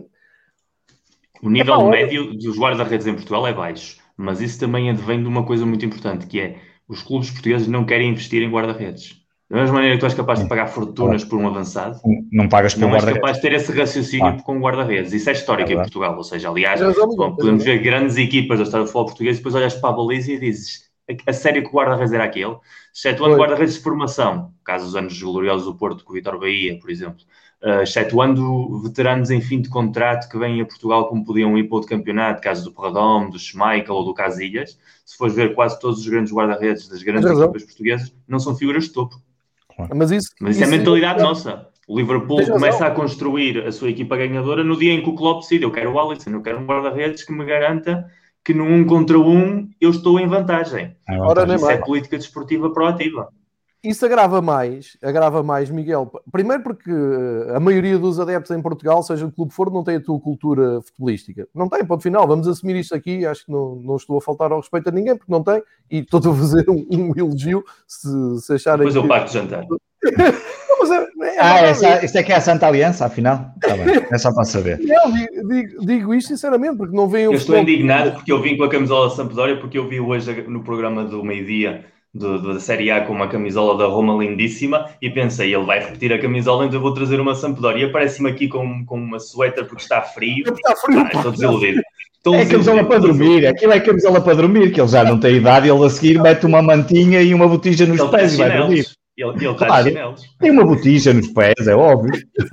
O nível é médio dos guarda-redes em Portugal é baixo, mas isso também advém de uma coisa muito importante, que é os clubes portugueses não querem investir em guarda-redes. Da mesma maneira que tu és capaz de pagar fortunas por um avançado, não pagas por não és guarda-redes. capaz de ter esse raciocínio ah. com guarda-redes. Isso é histórico é em Portugal. Ou seja, aliás, bom, podemos ver grandes equipas da história do futebol português e depois olhas para a baliza e dizes a sério que o guarda-redes era aquele, excetuando guarda-redes de formação, caso os anos gloriosos do Porto com o Vítor Bahia, por exemplo. Uh, excetuando veteranos em fim de contrato que vêm a Portugal como podiam ir para outro campeonato, caso do Perradão, do Schmeichel ou do Casillas. Se fores ver, quase todos os grandes guarda-redes das grandes equipas portuguesas não são figuras de topo. Mas isso, Mas isso, isso é a mentalidade é... nossa. O Liverpool começa a construir a sua equipa ganhadora no dia em que o Klopp decide, eu quero o Alisson, eu quero um guarda-redes que me garanta que no um contra um eu estou em vantagem. É Ora, isso é política desportiva proativa. Isso agrava mais, agrava mais, Miguel. Primeiro porque a maioria dos adeptos em Portugal, seja o clube for, não tem a tua cultura futebolística. Não tem, ponto final. Vamos assumir isto aqui. Acho que não, não estou a faltar ao respeito a ninguém, porque não tem. E estou a fazer um, um elogio, se, se acharem... Depois eu parto de jantar. Não, mas é, É, ah, essa, isto é que é a Santa Aliança, afinal? Está bem, é só para saber. Não, digo, digo isto sinceramente, porque não vem o Eu estou indignado porque eu vim com a camisola da Sampdoria, porque eu vi hoje no programa do meio-dia do, do, da Série A com uma camisola da Roma lindíssima e pensei, ele vai repetir a camisola, então eu vou trazer uma Sampdoria. Aparece-me aqui com, com uma suéter porque está frio. Está frio, ah, estou desiludido. Estou é camisola para dormir, aquilo é camisola para dormir, que ele já não tem idade e ele a seguir mete uma mantinha e uma botija nos ele pés e vai dormir. Ele, ele claro, tem uma botija nos pés, é óbvio.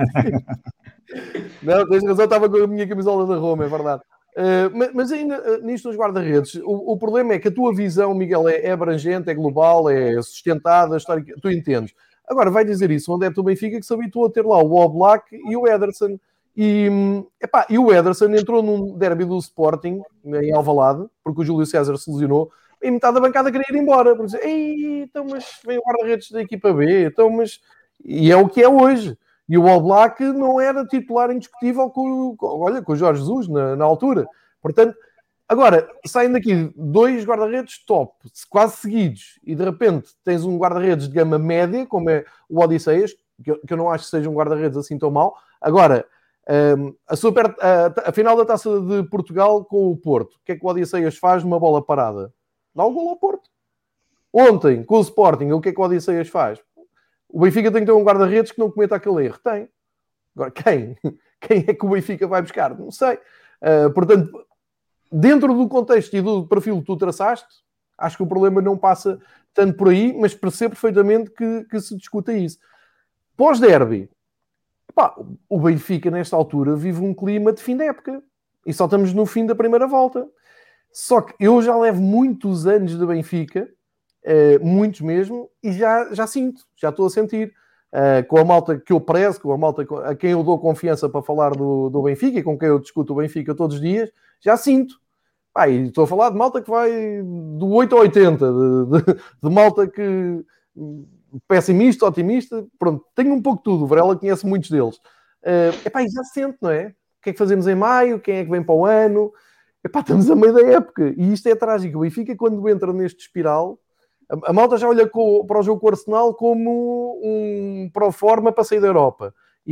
Não, tens razão, estava com a minha camisola da Roma, é verdade. Uh, mas, mas ainda uh, nisto dos guarda-redes, o, o problema é que a tua visão, Miguel, é, é abrangente, é global, é sustentada, histórica, tu entendes. Agora, vai dizer isso, onde é o Benfica que se habituou a ter lá o Oblak e o Ederson. E, epá, e o Ederson entrou num derby do Sporting, em Alvalade, porque o Júlio César se lesionou, e metade da bancada queria ir embora, porque dizer, ei, então, mas vem o guarda-redes da equipa B, então, mas... E é o que é hoje. E o Oblak não era titular indiscutível com, com, olha, com o Jorge Jesus na, na altura. Portanto, agora, saem daqui dois guarda-redes top, quase seguidos, e de repente tens um guarda-redes de gama média, como é o Odisseias, que eu, que eu não acho que seja um guarda-redes assim tão mau. Agora, um, a, super, a, a final da Taça de Portugal com o Porto, o que é que o Odisseias faz numa bola parada? Dá um gol ao Porto. Ontem, com o Sporting, o que é que o Odisseias faz? O Benfica tem que ter um guarda-redes que não cometa aquele erro. Tem. Agora, quem? Quem é que o Benfica vai buscar? Não sei. Uh, portanto, dentro do contexto e do perfil que tu traçaste, acho que o problema não passa tanto por aí, mas percebo perfeitamente que, que se discuta isso. Pós-derby, pá, o Benfica, nesta altura, vive um clima de fim de época. E só estamos no fim da primeira volta. Só que eu já levo muitos anos de Benfica, uh, muitos mesmo, e já, já sinto, já estou a sentir. Uh, com a malta que eu prezo, com a malta a quem eu dou confiança para falar do, do Benfica e com quem eu discuto o Benfica todos os dias, já sinto. Ah, e estou a falar de malta que vai do oito ao oitenta, de, de, de malta que pessimista, otimista, pronto, tenho um pouco de tudo, o Varela conhece muitos deles. Uh, epá, e já se sente, não é? O que é que fazemos em maio? Quem é que vem para o ano? Epá, estamos a meio da época, e isto é trágico. O Benfica, quando entra neste espiral, a, a malta já olha com, para o jogo com o Arsenal como um pró-forma para sair da Europa.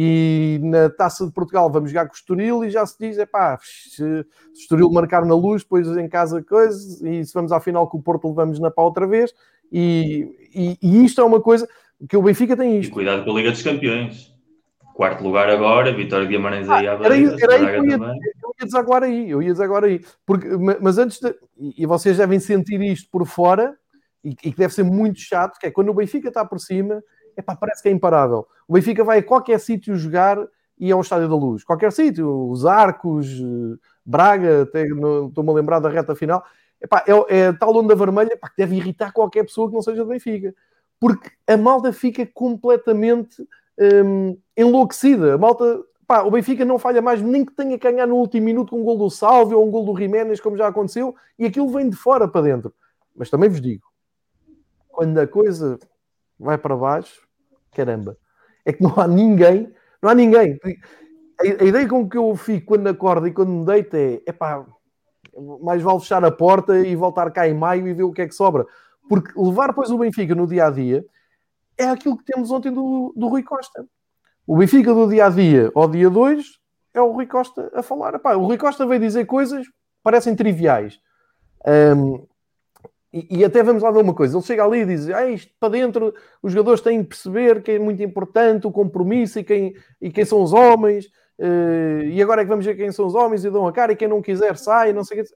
E na Taça de Portugal vamos jogar com o Estoril e já se diz, epá, se o Estoril marcar na Luz, depois em casa coisas, e se vamos à final com o Porto levamos na pá outra vez. E, e, e isto é uma coisa que o Benfica tem isto. E cuidado com a Liga dos Campeões. Quarto lugar agora, Vitória de Guimarães aí à beira. Era, era aí que eu ia, eu ia desaguar aí, eu ia desaguar aí. Porque, mas antes de, e vocês devem sentir isto por fora, e, e que deve ser muito chato, que é quando o Benfica está por cima, epá, parece que é imparável. O Benfica vai a qualquer sítio jogar e é ao Estádio da Luz. Qualquer sítio, os Arcos, Braga, até no, estou-me a lembrar da reta final. Epá, é, é tal onda vermelha, epá, que deve irritar qualquer pessoa que não seja do Benfica. Porque a malta fica completamente hum, enlouquecida. A malta, pá, o Benfica não falha mais, nem que tenha que ganhar no último minuto com um gol do Sálvio ou um gol do Jiménez, como já aconteceu, e aquilo vem de fora para dentro. Mas também vos digo, quando a coisa vai para baixo, caramba, é que não há ninguém, não há ninguém. A, a ideia com que eu fico quando acordo e quando me deito é, epá, mais vale fechar a porta e voltar cá em maio e ver o que é que sobra. Porque levar depois o Benfica no dia-a-dia é aquilo que temos ontem do, do Rui Costa. O Benfica do dia-a-dia ao dia dois é o Rui Costa a falar. Epá, o Rui Costa veio dizer coisas que parecem triviais. Um, e, e até vamos lá ver uma coisa. Ele chega ali e diz, ah, isto para dentro, os jogadores têm que perceber que é muito importante o compromisso e quem, e quem são os homens. Uh, e agora é que vamos ver quem são os homens e dão a cara e quem não quiser sai, não sei o que.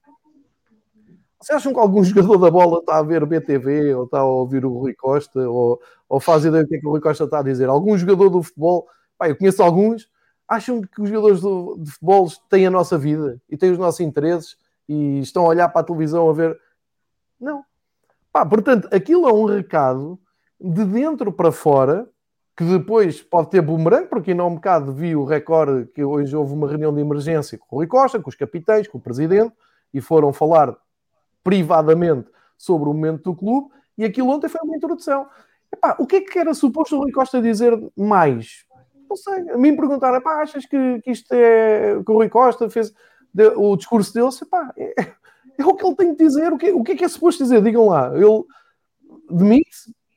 Vocês acham que algum jogador da bola está a ver B T V ou está a ouvir o Rui Costa ou, ou faz ideia do que é que o Rui Costa está a dizer? Algum jogador do futebol, pá, eu conheço alguns, acham que os jogadores do, de futebol têm a nossa vida e têm os nossos interesses e estão a olhar para a televisão a ver... Não. Pá, portanto, aquilo é um recado de dentro para fora que depois pode ter boomerang, porque ainda há um bocado vi o recorde que hoje houve uma reunião de emergência com o Rui Costa, com os capitães, com o presidente, e foram falar privadamente sobre o momento do clube, e aquilo ontem foi uma introdução. Epá, o que é que era suposto o Rui Costa dizer mais? Não sei. A mim perguntaram, epá, achas que, que isto é... que o Rui Costa fez de, o discurso dele? Epá, é, é o que ele tem de dizer. O que, o que é que é suposto dizer? Digam lá. Ele demite-se,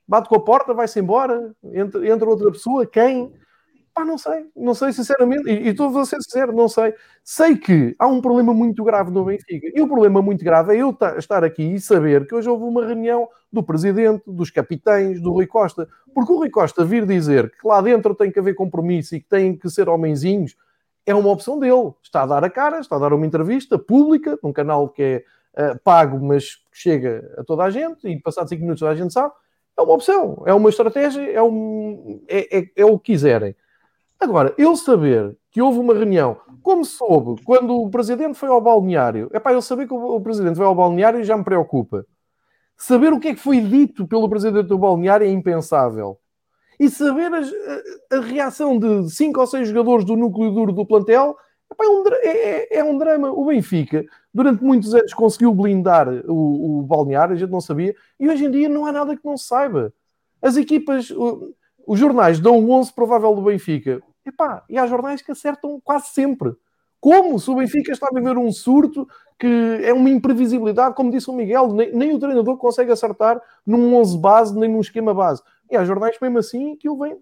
bate com a porta, vai-se embora, entra, entra outra pessoa, quem? Pá, não sei, não sei sinceramente, e estou a ser sincero, não sei. Sei que há um problema muito grave no Benfica, e o problema muito grave é eu estar aqui e saber que hoje houve uma reunião do Presidente, dos capitães, do Rui Costa, porque o Rui Costa vir dizer que lá dentro tem que haver compromisso e que têm que ser homenzinhos, é uma opção dele. Está a dar a cara, está a dar uma entrevista pública, num canal que é uh, pago, mas chega a toda a gente, e passado cinco minutos toda a gente sabe. É uma opção, é uma estratégia, é, um, é, é, é o que quiserem. Agora, eu saber que houve uma reunião, como soube, quando o Presidente foi ao balneário, epá, eu saber que o Presidente foi ao balneário já me preocupa. Saber o que é que foi dito pelo Presidente do balneário é impensável. E saber a, a, a reação de cinco ou seis jogadores do núcleo duro do plantel, epá, é, um, é, é um drama. O Benfica, durante muitos anos, conseguiu blindar o, o balneário, a gente não sabia, e hoje em dia não há nada que não se saiba. As equipas, o, os jornais dão o onze provável do Benfica. Epá, e há jornais que acertam quase sempre. Como? Se o Benfica está a viver um surto que é uma imprevisibilidade, como disse o Miguel, nem, nem o treinador consegue acertar num onze base, nem num esquema base. E há jornais mesmo assim que ele vem...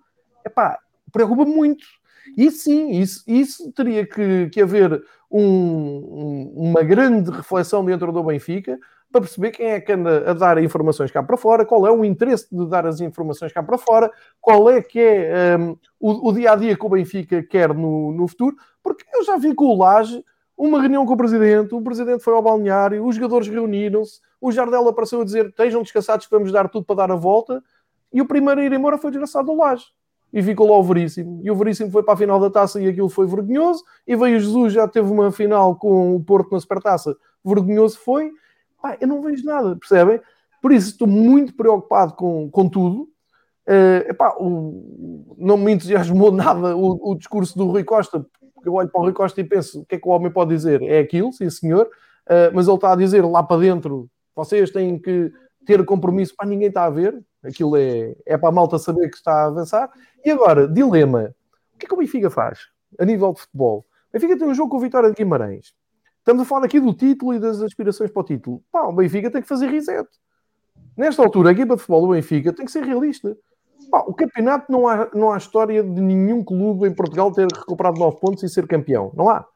Epá, preocupa muito. E sim, isso, isso teria que, que haver um, um, uma grande reflexão dentro do Benfica para perceber quem é que anda a dar informações cá para fora, qual é o interesse de dar as informações cá para fora, qual é que é um, o, o dia-a-dia que o Benfica quer no, no futuro, porque eu já vi com o Laje uma reunião com o Presidente, o Presidente foi ao balneário, os jogadores reuniram-se, o Jardel apareceu a dizer, estejam descansados que vamos dar tudo para dar a volta, e o primeiro a ir embora foi o desgraçado do Laje. E ficou lá o Veríssimo. E o Veríssimo foi para a final da taça e aquilo foi vergonhoso, e veio o Jesus, já teve uma final com o Porto na Supertaça, vergonhoso foi. Pá, eu não vejo nada, percebem? Por isso estou muito preocupado com, com tudo. Uh, epá, o, não me entusiasmou nada o, o discurso do Rui Costa, porque eu olho para o Rui Costa e penso, o que é que o homem pode dizer? É aquilo, sim senhor, uh, mas ele está a dizer lá para dentro, vocês têm que ter compromisso, para ninguém está a ver, aquilo é, é para a malta saber que está a avançar. E agora, dilema, o que é que o Benfica faz a nível de futebol? O Benfica tem um jogo com o Vitória de Guimarães. Estamos a falar aqui do título e das aspirações para o título. Pá, o Benfica tem que fazer reset. Nesta altura, a equipa de futebol do Benfica tem que ser realista. Pá, o campeonato não há, não há história de nenhum clube em Portugal ter recuperado nove pontos e ser campeão. Não há.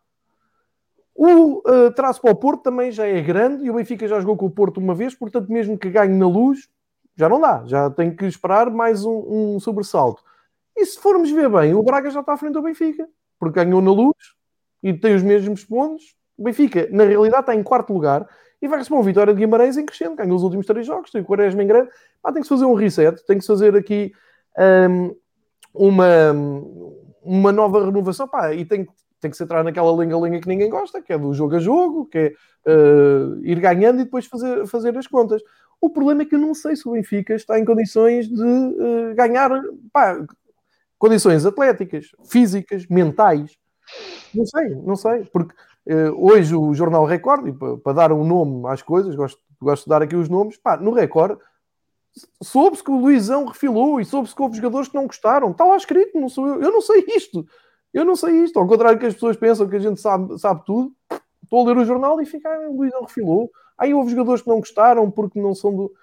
O uh, traço para o Porto também já é grande e o Benfica já jogou com o Porto uma vez, portanto, mesmo que ganhe na Luz, já não dá. Já tem que esperar mais um, um sobressalto. E se formos ver bem, o Braga já está à frente do Benfica, porque ganhou na Luz e tem os mesmos pontos. O Benfica, na realidade, está em quarto lugar e vai receber uma vitória de Guimarães em crescendo. Ganhou os últimos três jogos, tem o Quaresma em grande. Ah, tem que se fazer um reset, tem que se fazer aqui um, uma, uma nova renovação. Pá, e tem, tem que se entrar naquela lenga-lenga que ninguém gosta, que é do jogo a jogo, que é uh, ir ganhando e depois fazer, fazer as contas. O problema é que eu não sei se o Benfica está em condições de uh, ganhar, pá, condições atléticas, físicas, mentais. Não sei, não sei, porque uh, hoje o Jornal Record, e para, para dar um nome às coisas, gosto, gosto de dar aqui os nomes, pá, no Record soube-se que o Luizão refilou e soube-se que houve jogadores que não gostaram. Está lá escrito, não sou eu. Eu não sei isto. Eu não sei isto. Ao contrário que as pessoas pensam que a gente sabe, sabe tudo, estou a ler o jornal e fica, ah, o Luizão refilou. Aí houve jogadores que não gostaram porque não são do...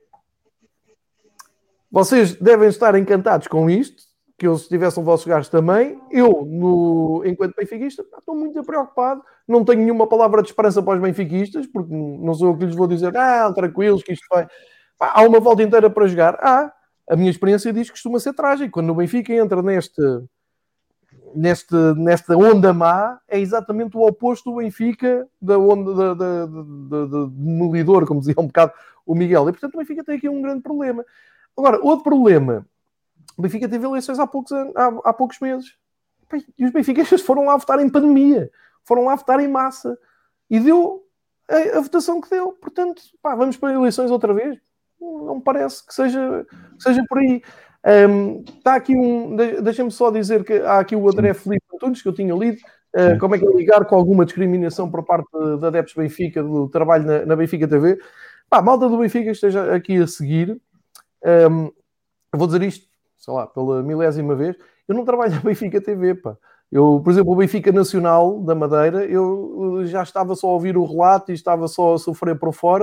Vocês devem estar encantados com isto, que eu, se tivesse um vosso gasto também, eu, no, enquanto benfiquista, estou muito preocupado. Não tenho nenhuma palavra de esperança para os benfiquistas, porque não sou eu que lhes vou dizer, ah, tranquilos, que isto vai... Pá, há uma volta inteira para jogar. Ah, a minha experiência diz que costuma ser trágico. Quando o Benfica entra neste, neste, nesta onda má, é exatamente o oposto do Benfica da onda da, da, da, da, demolidor, como dizia um bocado o Miguel. E, portanto, o Benfica tem aqui um grande problema. Agora, outro problema. O Benfica teve eleições há poucos, há, há poucos meses. E os benfiquistas foram lá votar em pandemia. Foram lá votar em massa. E deu a, a votação que deu. Portanto, pá, vamos para eleições outra vez? Não me parece que seja, que seja por aí. Um, está aqui um... Deixa-me só dizer que há aqui o André Filipe Antunes, que eu tinha lido. Uh, como é que é ligar com alguma discriminação por parte da Adeptos Benfica, do trabalho na, na Benfica T V? Pá, a malta do Benfica que esteja aqui a seguir. Um, eu vou dizer isto, sei lá, pela milésima vez. Eu não trabalho na Benfica T V, pá. Eu, por exemplo, o Benfica Nacional da Madeira, eu já estava só a ouvir o relato e estava só a sofrer por fora,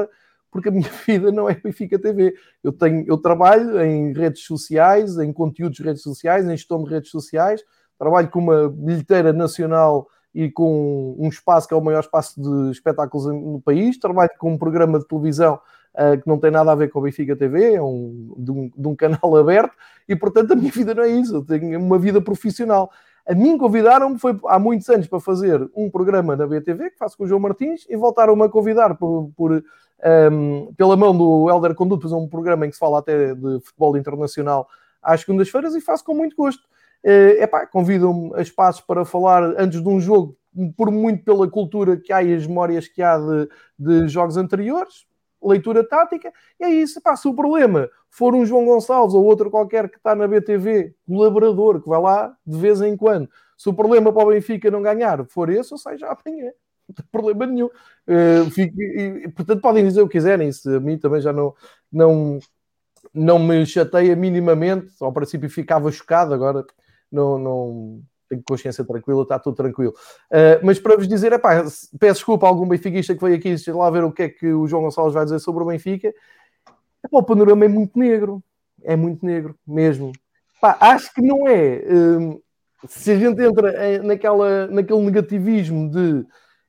porque a minha vida não é Benfica T V. Eu, tenho, eu trabalho em redes sociais, em conteúdos de redes sociais, em gestão de redes sociais, trabalho com uma bilheteira nacional e com um espaço que é o maior espaço de espetáculos no país, trabalho com um programa de televisão uh, que não tem nada a ver com a Benfica T V, é um, de, um, de um canal aberto, e portanto a minha vida não é isso, eu tenho uma vida profissional. A mim convidaram-me, foi há muitos anos, para fazer um programa na B T V, que faço com o João Martins, e voltaram-me a convidar por, por, um, pela mão do Hélder Conduto, fazer um programa em que se fala até de futebol internacional às segundas-feiras, e faço com muito gosto. É uh, pá, convidam-me a espaços para falar antes de um jogo, por muito pela cultura que há e as memórias que há de, de jogos anteriores, leitura tática, e é isso. Pá, se o problema for um João Gonçalves ou outro qualquer que está na B T V, colaborador, que vai lá de vez em quando, se o problema para o Benfica não ganhar for esse, eu sei já amanhã, não tem problema nenhum. Uh, fico, e, portanto, podem dizer o que quiserem, isso a mim também já não, não, não me chateia minimamente. Ao princípio ficava chocado, agora não... não tenho consciência tranquila, está tudo tranquilo. Uh, mas para vos dizer, epá, peço desculpa a algum benfiquista que veio aqui, deixa lá ver o que é que o João Gonçalves vai dizer sobre o Benfica. Epá, o panorama é muito negro. É muito negro, mesmo. Epá, acho que não é... Uh, se a gente entra naquela, naquele negativismo de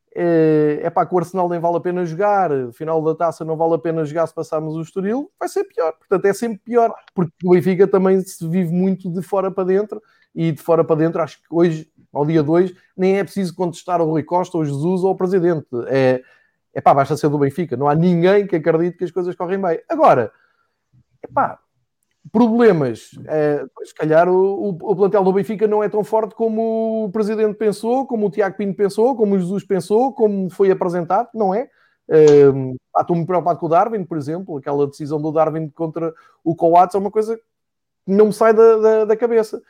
é uh, pá, que o Arsenal nem vale a pena jogar, final da taça não vale a pena jogar se passarmos o Estoril, vai ser pior. Portanto, é sempre pior, porque o Benfica também se vive muito de fora para dentro, e de fora para dentro, acho que hoje, ao dia dois, nem é preciso contestar ao Rui Costa, ao Jesus ou ao Presidente. É, é pá, basta ser do Benfica. Não há ninguém que acredite que as coisas correm bem. Agora, é pá, problemas. É, se calhar o, o, o plantel do Benfica não é tão forte como o Presidente pensou, como o Tiago Pinto pensou, como o Jesus pensou, como foi apresentado. Não é? É pá, estou muito preocupado com o Darwin, por exemplo. Aquela decisão do Darwin contra o Coates é uma coisa que não me sai da, da, da cabeça.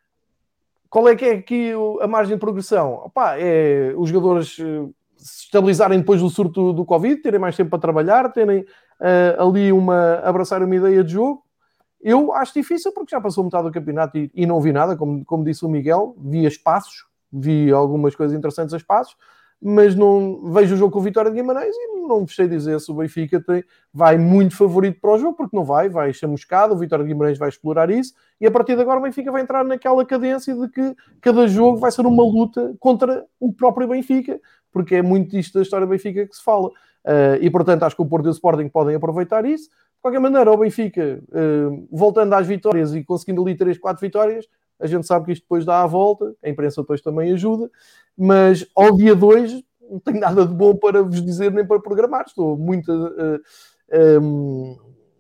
Qual é que é aqui a margem de progressão? Opa, é os jogadores se estabilizarem depois do surto do Covid, terem mais tempo para trabalhar, terem uh, ali uma... abraçar uma ideia de jogo. Eu acho difícil, porque já passou metade do campeonato e, e não vi nada, como, como disse o Miguel. Vi a espaços, vi algumas coisas interessantes a espaços, mas não vejo o jogo com o Vitória de Guimarães e não me fechei dizer se o Benfica tem, vai muito favorito para o jogo, porque não vai, vai chamuscado, o Vitória de Guimarães vai explorar isso, e a partir de agora o Benfica vai entrar naquela cadência de que cada jogo vai ser uma luta contra o próprio Benfica, porque é muito isto da história do Benfica que se fala. Uh, e portanto acho que o Porto e o Sporting podem aproveitar isso. De qualquer maneira, o Benfica, uh, voltando às vitórias e conseguindo ali três, quatro vitórias, a gente sabe que isto depois dá a volta, a imprensa depois também ajuda, mas ao dia dois não tenho nada de bom para vos dizer nem para programar. Estou muito... Uh, um,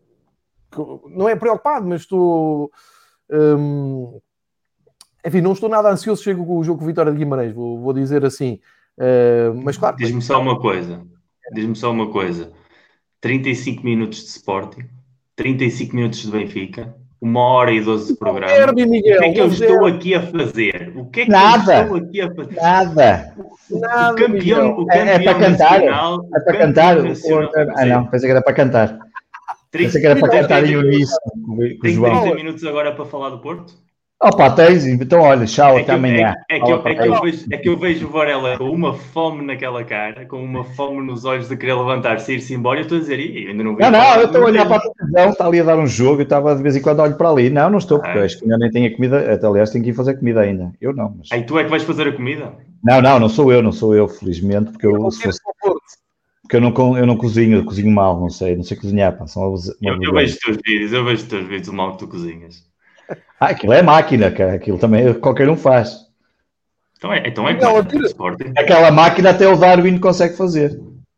não é preocupado, mas estou... Um, enfim, não estou nada ansioso se chego com o jogo com o Vitória de Guimarães, vou, vou dizer assim. Uh, mas claro... Diz-me só uma coisa. Diz-me só uma coisa. trinta e cinco minutos de Sporting, trinta e cinco minutos de Benfica, uma hora e doze de programa. Derby, Miguel, o que é que eu estou derby. aqui a fazer? O que é que nada, eu estou aqui a fazer? Nada. O, nada, o campeão, o campeão é, é para cantar. nacional, é para cantar. O, ah, não, pensei que era para cantar. Pensei que era para cantar em uníssono com o João. trinta minutos agora para falar do Porto? Opa, tens, então olha, tchau, é até amanhã. É, é, que eu, é, que eu vejo, é que eu vejo o Varela com uma fome naquela cara, com uma fome nos olhos de querer levantar-se e ir-se embora, eu estou a dizer, eu ainda não vi. Não, não, eu estou a olhar para a televisão, está ali a dar um jogo, eu estava de vez em quando olho para ali. Não, não estou, porque ah, acho que ainda nem tenho a comida, até aliás tenho que ir fazer comida ainda. Eu não. Mas... Aí tu é que vais fazer a comida? Não, não, não sou eu, não sou eu, felizmente, porque eu, se fosse... porque eu não, eu não cozinho, eu cozinho mal, não sei, não sei cozinhar. Pá, são eu, eu vejo os teus vídeos, eu vejo os teus vídeos, o mal que tu cozinhas. Ah, aquilo é máquina, cara. Aquilo também qualquer um faz. Então é, então é não, que Sporting. Aquela máquina até o Darwin consegue fazer.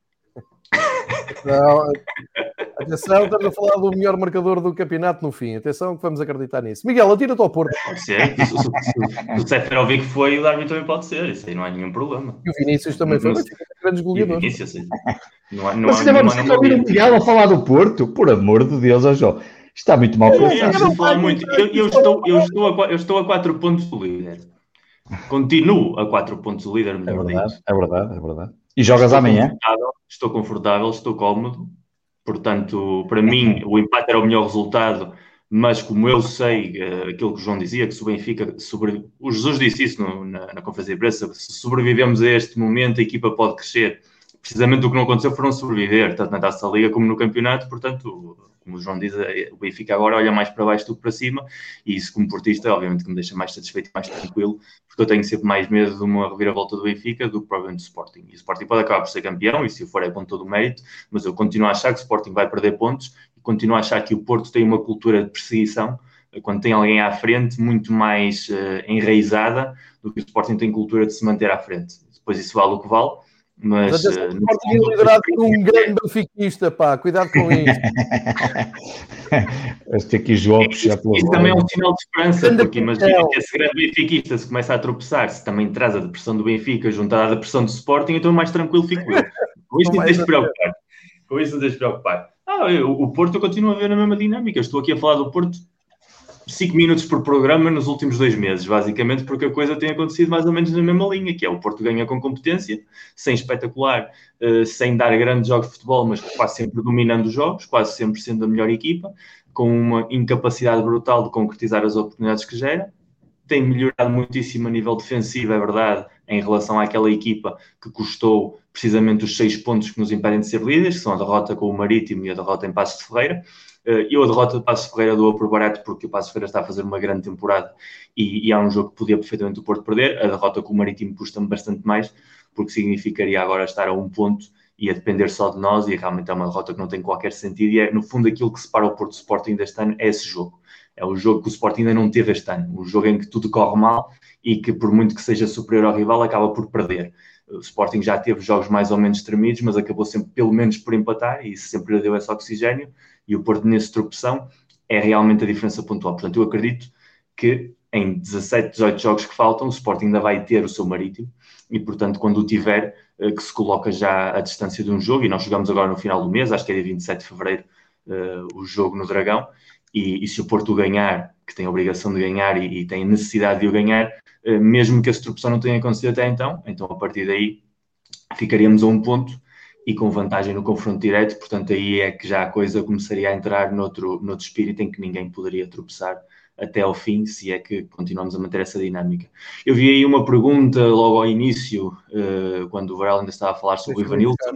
Não, atenção, estamos a falar do melhor marcador do campeonato no fim. Atenção que vamos acreditar nisso. Miguel, atira-te ao Porto. Pode ser. Se o Seferovic foi, o Darwin também pode ser. Isso aí não há nenhum problema. E o Vinícius também foi. Grandes goleadores. Vinícius, sim. Não há, não Mas ainda vamos ter que ouvir o Miguel a falar do Porto? Por amor de Deus, ó João. Está muito mal pensado. Eu, eu, muito. Eu, eu, estou, eu, estou a, eu estou a quatro pontos do líder. Continuo a quatro pontos do líder. É verdade, dito. é verdade, é verdade. E jogas estou amanhã? Confortável, estou confortável, estou cómodo. Portanto, para mim, o empate era o melhor resultado. Mas como eu sei, uh, aquilo que o João dizia, que se o Benfica... Sobre... O Jesus disse isso no, na, na conferência de imprensa. Se sobrevivemos a este momento, a equipa pode crescer. precisamente o que não aconteceu foram sobreviver, tanto na Taça da Liga como no campeonato, portanto, como o João diz, o Benfica agora olha mais para baixo do que para cima, e isso como portista, obviamente que me deixa mais satisfeito e mais tranquilo, porque eu tenho sempre mais medo de uma reviravolta do Benfica do que provavelmente do Sporting. E o Sporting pode acabar por ser campeão, e se o for é com todo o mérito, mas eu continuo a achar que o Sporting vai perder pontos, e continuo a achar que o Porto tem uma cultura de perseguição, quando tem alguém à frente, muito mais uh, enraizada do que o Sporting tem cultura de se manter à frente. Depois isso vale o que vale, mas... mas uh, o Sporting é liderado por um grande benfiquista, pá, cuidado com isso. Este aqui, João, puxar pelo... Isso também é um sinal de esperança, porque imagina que esse grande benfiquista se começa a tropeçar, se também traz a depressão do Benfica juntada à depressão do Sporting, então mais tranquilo fico eu. Com isso não tens de preocupar. Com isso não tens de preocupar. Ah, eu, o Porto eu continuo a ver na mesma dinâmica. Estou aqui a falar do Porto cinco minutos por programa nos últimos dois meses, basicamente, porque a coisa tem acontecido mais ou menos na mesma linha, que é o Porto ganha com competência, sem espetacular, uh, sem dar grandes jogos de futebol, mas quase sempre dominando os jogos, quase sempre sendo a melhor equipa, com uma incapacidade brutal de concretizar as oportunidades que gera. Tem melhorado muitíssimo a nível defensivo, é verdade, em relação àquela equipa que custou precisamente os seis pontos que nos impedem de ser líderes, que são a derrota com o Marítimo e a derrota em Passos de Ferreira. Eu a derrota de Passos de Ferreira dou por barato porque o Passos de Ferreira está a fazer uma grande temporada e, e há um jogo que podia perfeitamente o Porto perder. A derrota com o Marítimo custa-me bastante mais porque significaria agora estar a um ponto e a depender só de nós, e realmente é uma derrota que não tem qualquer sentido, e é no fundo aquilo que separa o Porto do Sporting deste ano é esse jogo. É o jogo que o Sporting ainda não teve este ano, o jogo em que tudo corre mal e que por muito que seja superior ao rival acaba por perder. O Sporting já teve jogos mais ou menos tremidos, mas acabou sempre pelo menos por empatar e isso sempre lhe deu esse oxigénio, e o Porto nesse tropeção é realmente a diferença pontual. Portanto, eu acredito que em dezassete, dezoito jogos que faltam, o Sporting ainda vai ter o seu Marítimo e, portanto, quando o tiver, que se coloca já à distância de um jogo, e nós jogamos agora no final do mês, acho que é dia vinte e sete de fevereiro, o jogo no Dragão, e, e se o Porto ganhar, que tem a obrigação de ganhar e, e tem necessidade de o ganhar, mesmo que essa tropeção não tenha acontecido até então, então a partir daí ficaríamos a um ponto e com vantagem no confronto direto, portanto aí é que já a coisa começaria a entrar noutro, noutro espírito em que ninguém poderia tropeçar até ao fim, se é que continuamos a manter essa dinâmica. Eu vi aí uma pergunta logo ao início, uh, quando o Varela ainda estava a falar sobre o Evanilson.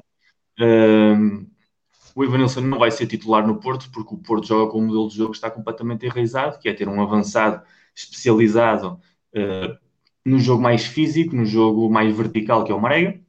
Uh, o Evanilson não vai ser titular no Porto, porque o Porto joga com um modelo de jogo que está completamente enraizado, que é ter um avançado especializado uh, no jogo mais físico, no jogo mais vertical, que é o Marega,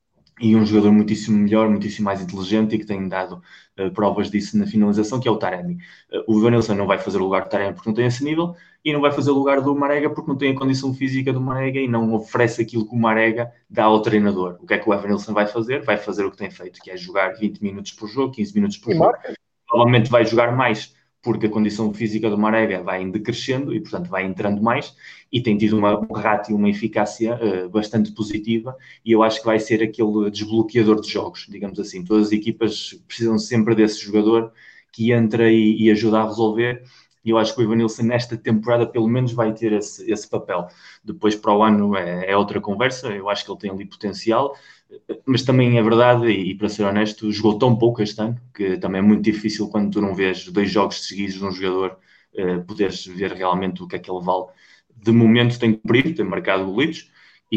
e um jogador muitíssimo melhor, muitíssimo mais inteligente e que tem dado uh, provas disso na finalização, que é o Taremi. Uh, o Evanilson não vai fazer o lugar do Taremi porque não tem esse nível e não vai fazer o lugar do Marega porque não tem a condição física do Marega e não oferece aquilo que o Marega dá ao treinador. O que é que o Evanilson vai fazer? Vai fazer o que tem feito, que é jogar vinte minutos por jogo, quinze minutos por e jogo. Marca. Provavelmente vai jogar mais porque a condição física do Marega vai decrescendo e, portanto, vai entrando mais e tem tido uma, um ratio, uma eficácia uh, bastante positiva e eu acho que vai ser aquele desbloqueador de jogos, digamos assim. Todas as equipas precisam sempre desse jogador que entra e, e ajuda a resolver e eu acho que o Evanilson nesta temporada pelo menos vai ter esse, esse papel. Depois para o ano é, é outra conversa, eu acho que ele tem ali potencial, mas também é verdade, e, e para ser honesto, jogou tão pouco este ano, que também é muito difícil quando tu não vês dois jogos seguidos de um jogador, uh, poderes ver realmente o que é que ele vale. De momento tem cumprido, tem marcado golitos,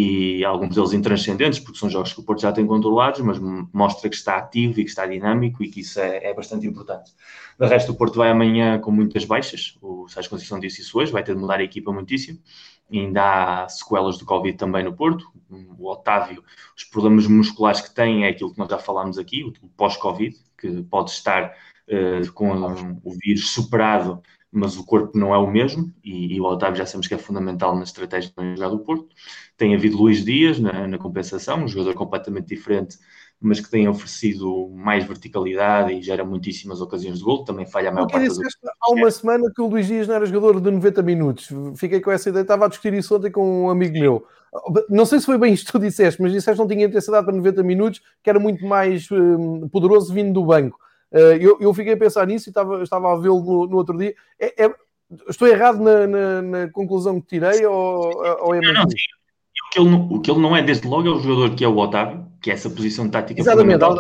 e alguns deles intranscendentes, porque são jogos que o Porto já tem controlados, mas mostra que está ativo e que está dinâmico e que isso é, é bastante importante. De resto, o Porto vai amanhã com muitas baixas, o Sérgio Conceição disse isso hoje, vai ter de mudar a equipa muitíssimo, e ainda há sequelas do Covid também no Porto. O Otávio, os problemas musculares que tem é aquilo que nós já falámos aqui, o pós-Covid, que pode estar uh, com o vírus superado, mas o corpo não é o mesmo, e, e o Otávio já sabemos que é fundamental na estratégia de jogar do Porto. Tem havido Luís Dias na, na compensação, um jogador completamente diferente, mas que tem oferecido mais verticalidade e gera muitíssimas ocasiões de gol, também falha a maior parte do... Há uma semana que o Luís Dias não era jogador de noventa minutos, fiquei com essa ideia, estava a discutir isso ontem com um amigo meu. Não sei se foi bem isto que tu disseste, mas disseste que não tinha intensidade para noventa minutos, que era muito mais um, poderoso vindo do banco. Uh, eu, eu fiquei a pensar nisso e estava, estava a vê-lo no, no outro dia. É, é, estou errado na, na, na conclusão que tirei ou, ou é não, não, o, que ele, o que ele não é desde logo é o jogador que é o Otávio, que é essa posição tática exatamente, fundamental, que,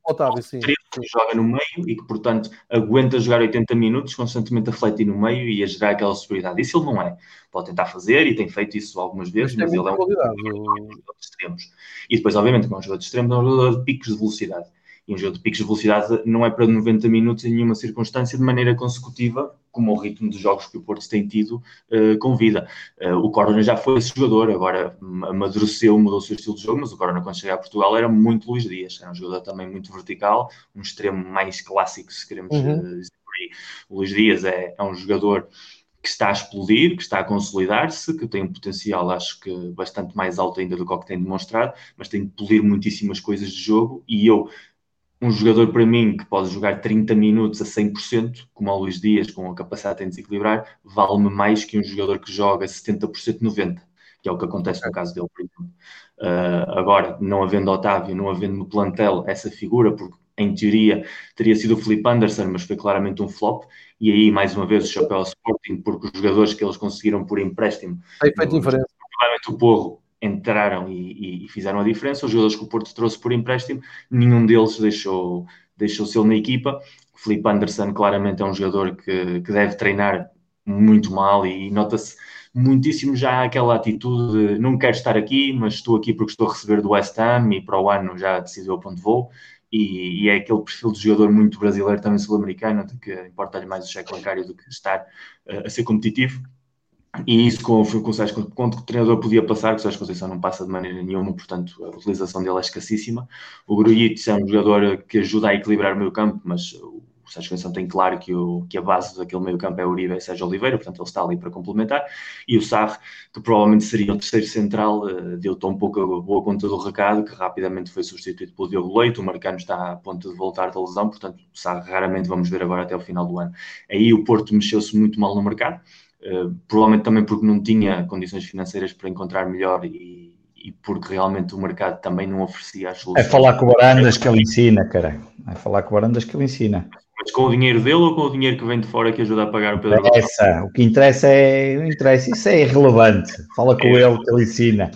Otávio, sim. Que joga no meio e que, portanto, aguenta jogar oitenta minutos constantemente a refletir no meio e a gerar aquela superioridade. Isso ele não é. Pode tentar fazer e tem feito isso algumas vezes, mas, mas ele é um jogador de extremos. E depois, obviamente, como é um jogador de extremos, é um jogador de picos de velocidade. E um jogo de picos de velocidade não é para noventa minutos em nenhuma circunstância de maneira consecutiva, como o ritmo dos jogos que o Porto tem tido uh, convida. Uh, o Corona já foi esse jogador, agora amadureceu, mudou o seu estilo de jogo, mas o Corona, quando chega a Portugal, era muito Luís Dias. Era um jogador também muito vertical, um extremo mais clássico, se queremos uhum. uh, dizer por aí. O Luís Dias é, é um jogador que está a explodir, que está a consolidar-se, que tem um potencial, acho que, bastante mais alto ainda do que o que tem demonstrado, mas tem de polir muitíssimas coisas de jogo, e eu... Um jogador, para mim, que pode jogar trinta minutos a cem por cento, como o Luís Dias, com a capacidade de desequilibrar, vale-me mais que um jogador que joga setenta por cento, noventa por cento, que é o que acontece no caso dele, por exemplo. Uh, agora, não havendo Otávio, não havendo no plantel essa figura, porque, em teoria, teria sido o Felipe Anderson, mas foi claramente um flop, e aí, mais uma vez, o chapéu ao Sporting, porque os jogadores que eles conseguiram por empréstimo... Tem feito diferença. Provavelmente o Porro entraram e, e fizeram a diferença. Os jogadores que o Porto trouxe por empréstimo, nenhum deles deixou, deixou ser na equipa. O Felipe Anderson claramente é um jogador que, que deve treinar muito mal e nota-se muitíssimo já aquela atitude de não quero estar aqui, mas estou aqui porque estou a receber do West Ham e para o ano já decidiu a ponto vou. E, e é aquele perfil de jogador muito brasileiro, também sul-americano, de que importa-lhe mais o cheque bancário do que estar uh, a ser competitivo. E isso com, com o Sérgio, quanto o treinador podia passar, que o Sérgio Conceição não passa de maneira nenhuma, portanto a utilização dele é escassíssima. O Grujic é um jogador que ajuda a equilibrar o meio campo, mas o Sérgio Conceição tem claro que, o, que a base daquele meio campo é o Uribe e Sérgio Oliveira, portanto ele está ali para complementar. E o Sarr, que provavelmente seria o terceiro central, deu tão pouco a boa conta do recado, que rapidamente foi substituído pelo Diogo Leite. O Marcano está a ponto de voltar da lesão, portanto o Sarr raramente vamos ver agora até o final do ano. Aí o Porto mexeu-se muito mal no mercado. Uh, provavelmente também porque não tinha condições financeiras para encontrar melhor e, e porque realmente o mercado também não oferecia as soluções. É falar com o Barandas que ele ensina, cara. É falar com o Barandas que ele ensina. Mas com o dinheiro dele ou com o dinheiro que vem de fora que ajuda a pagar o Pedro Essa, o que interessa é, o interessa, isso é irrelevante. Fala com é. ele que ele ensina.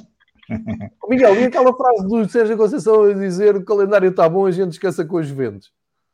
Miguel, e aquela frase do Sérgio Conceição a dizer que o calendário está bom, a gente esqueça com os Juventus?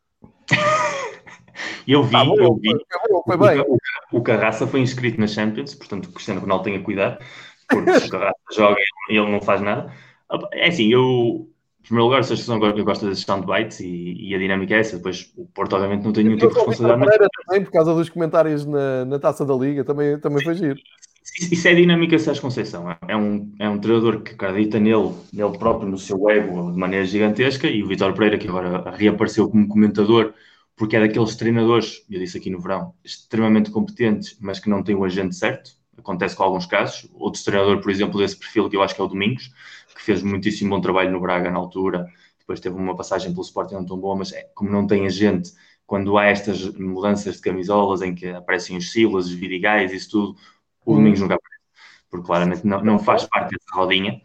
Eu vi, tá bom, eu vi. Foi bom, foi bem. O, o Carraça foi inscrito na Champions, portanto o Cristiano Ronaldo tenha cuidado, porque se o Carraça joga e ele não faz nada. É assim, eu, em primeiro lugar, se eu gosto das soundbites e, e a dinâmica é essa. Depois o Porto, obviamente, não tem nenhum tipo de responsabilidade. Mas... também, por causa dos comentários na, na Taça da Liga, também, também foi giro. Isso é dinâmica Sérgio Conceição. É um, é um treinador que acredita nele, nele próprio, no seu ego, de maneira gigantesca, e o Vítor Pereira, que agora reapareceu como comentador, porque é daqueles treinadores, eu disse aqui no verão, extremamente competentes, mas que não têm o agente certo. Acontece com alguns casos. Outro treinador, por exemplo, desse perfil, que eu acho que é o Domingos, que fez muitíssimo bom trabalho no Braga na altura, depois teve uma passagem pelo Sporting não tão boa, mas é, como não tem agente, quando há estas mudanças de camisolas em que aparecem os Silas, os Vidigais, isso tudo, o Domingos nunca aparece, porque claramente não, não faz parte dessa rodinha.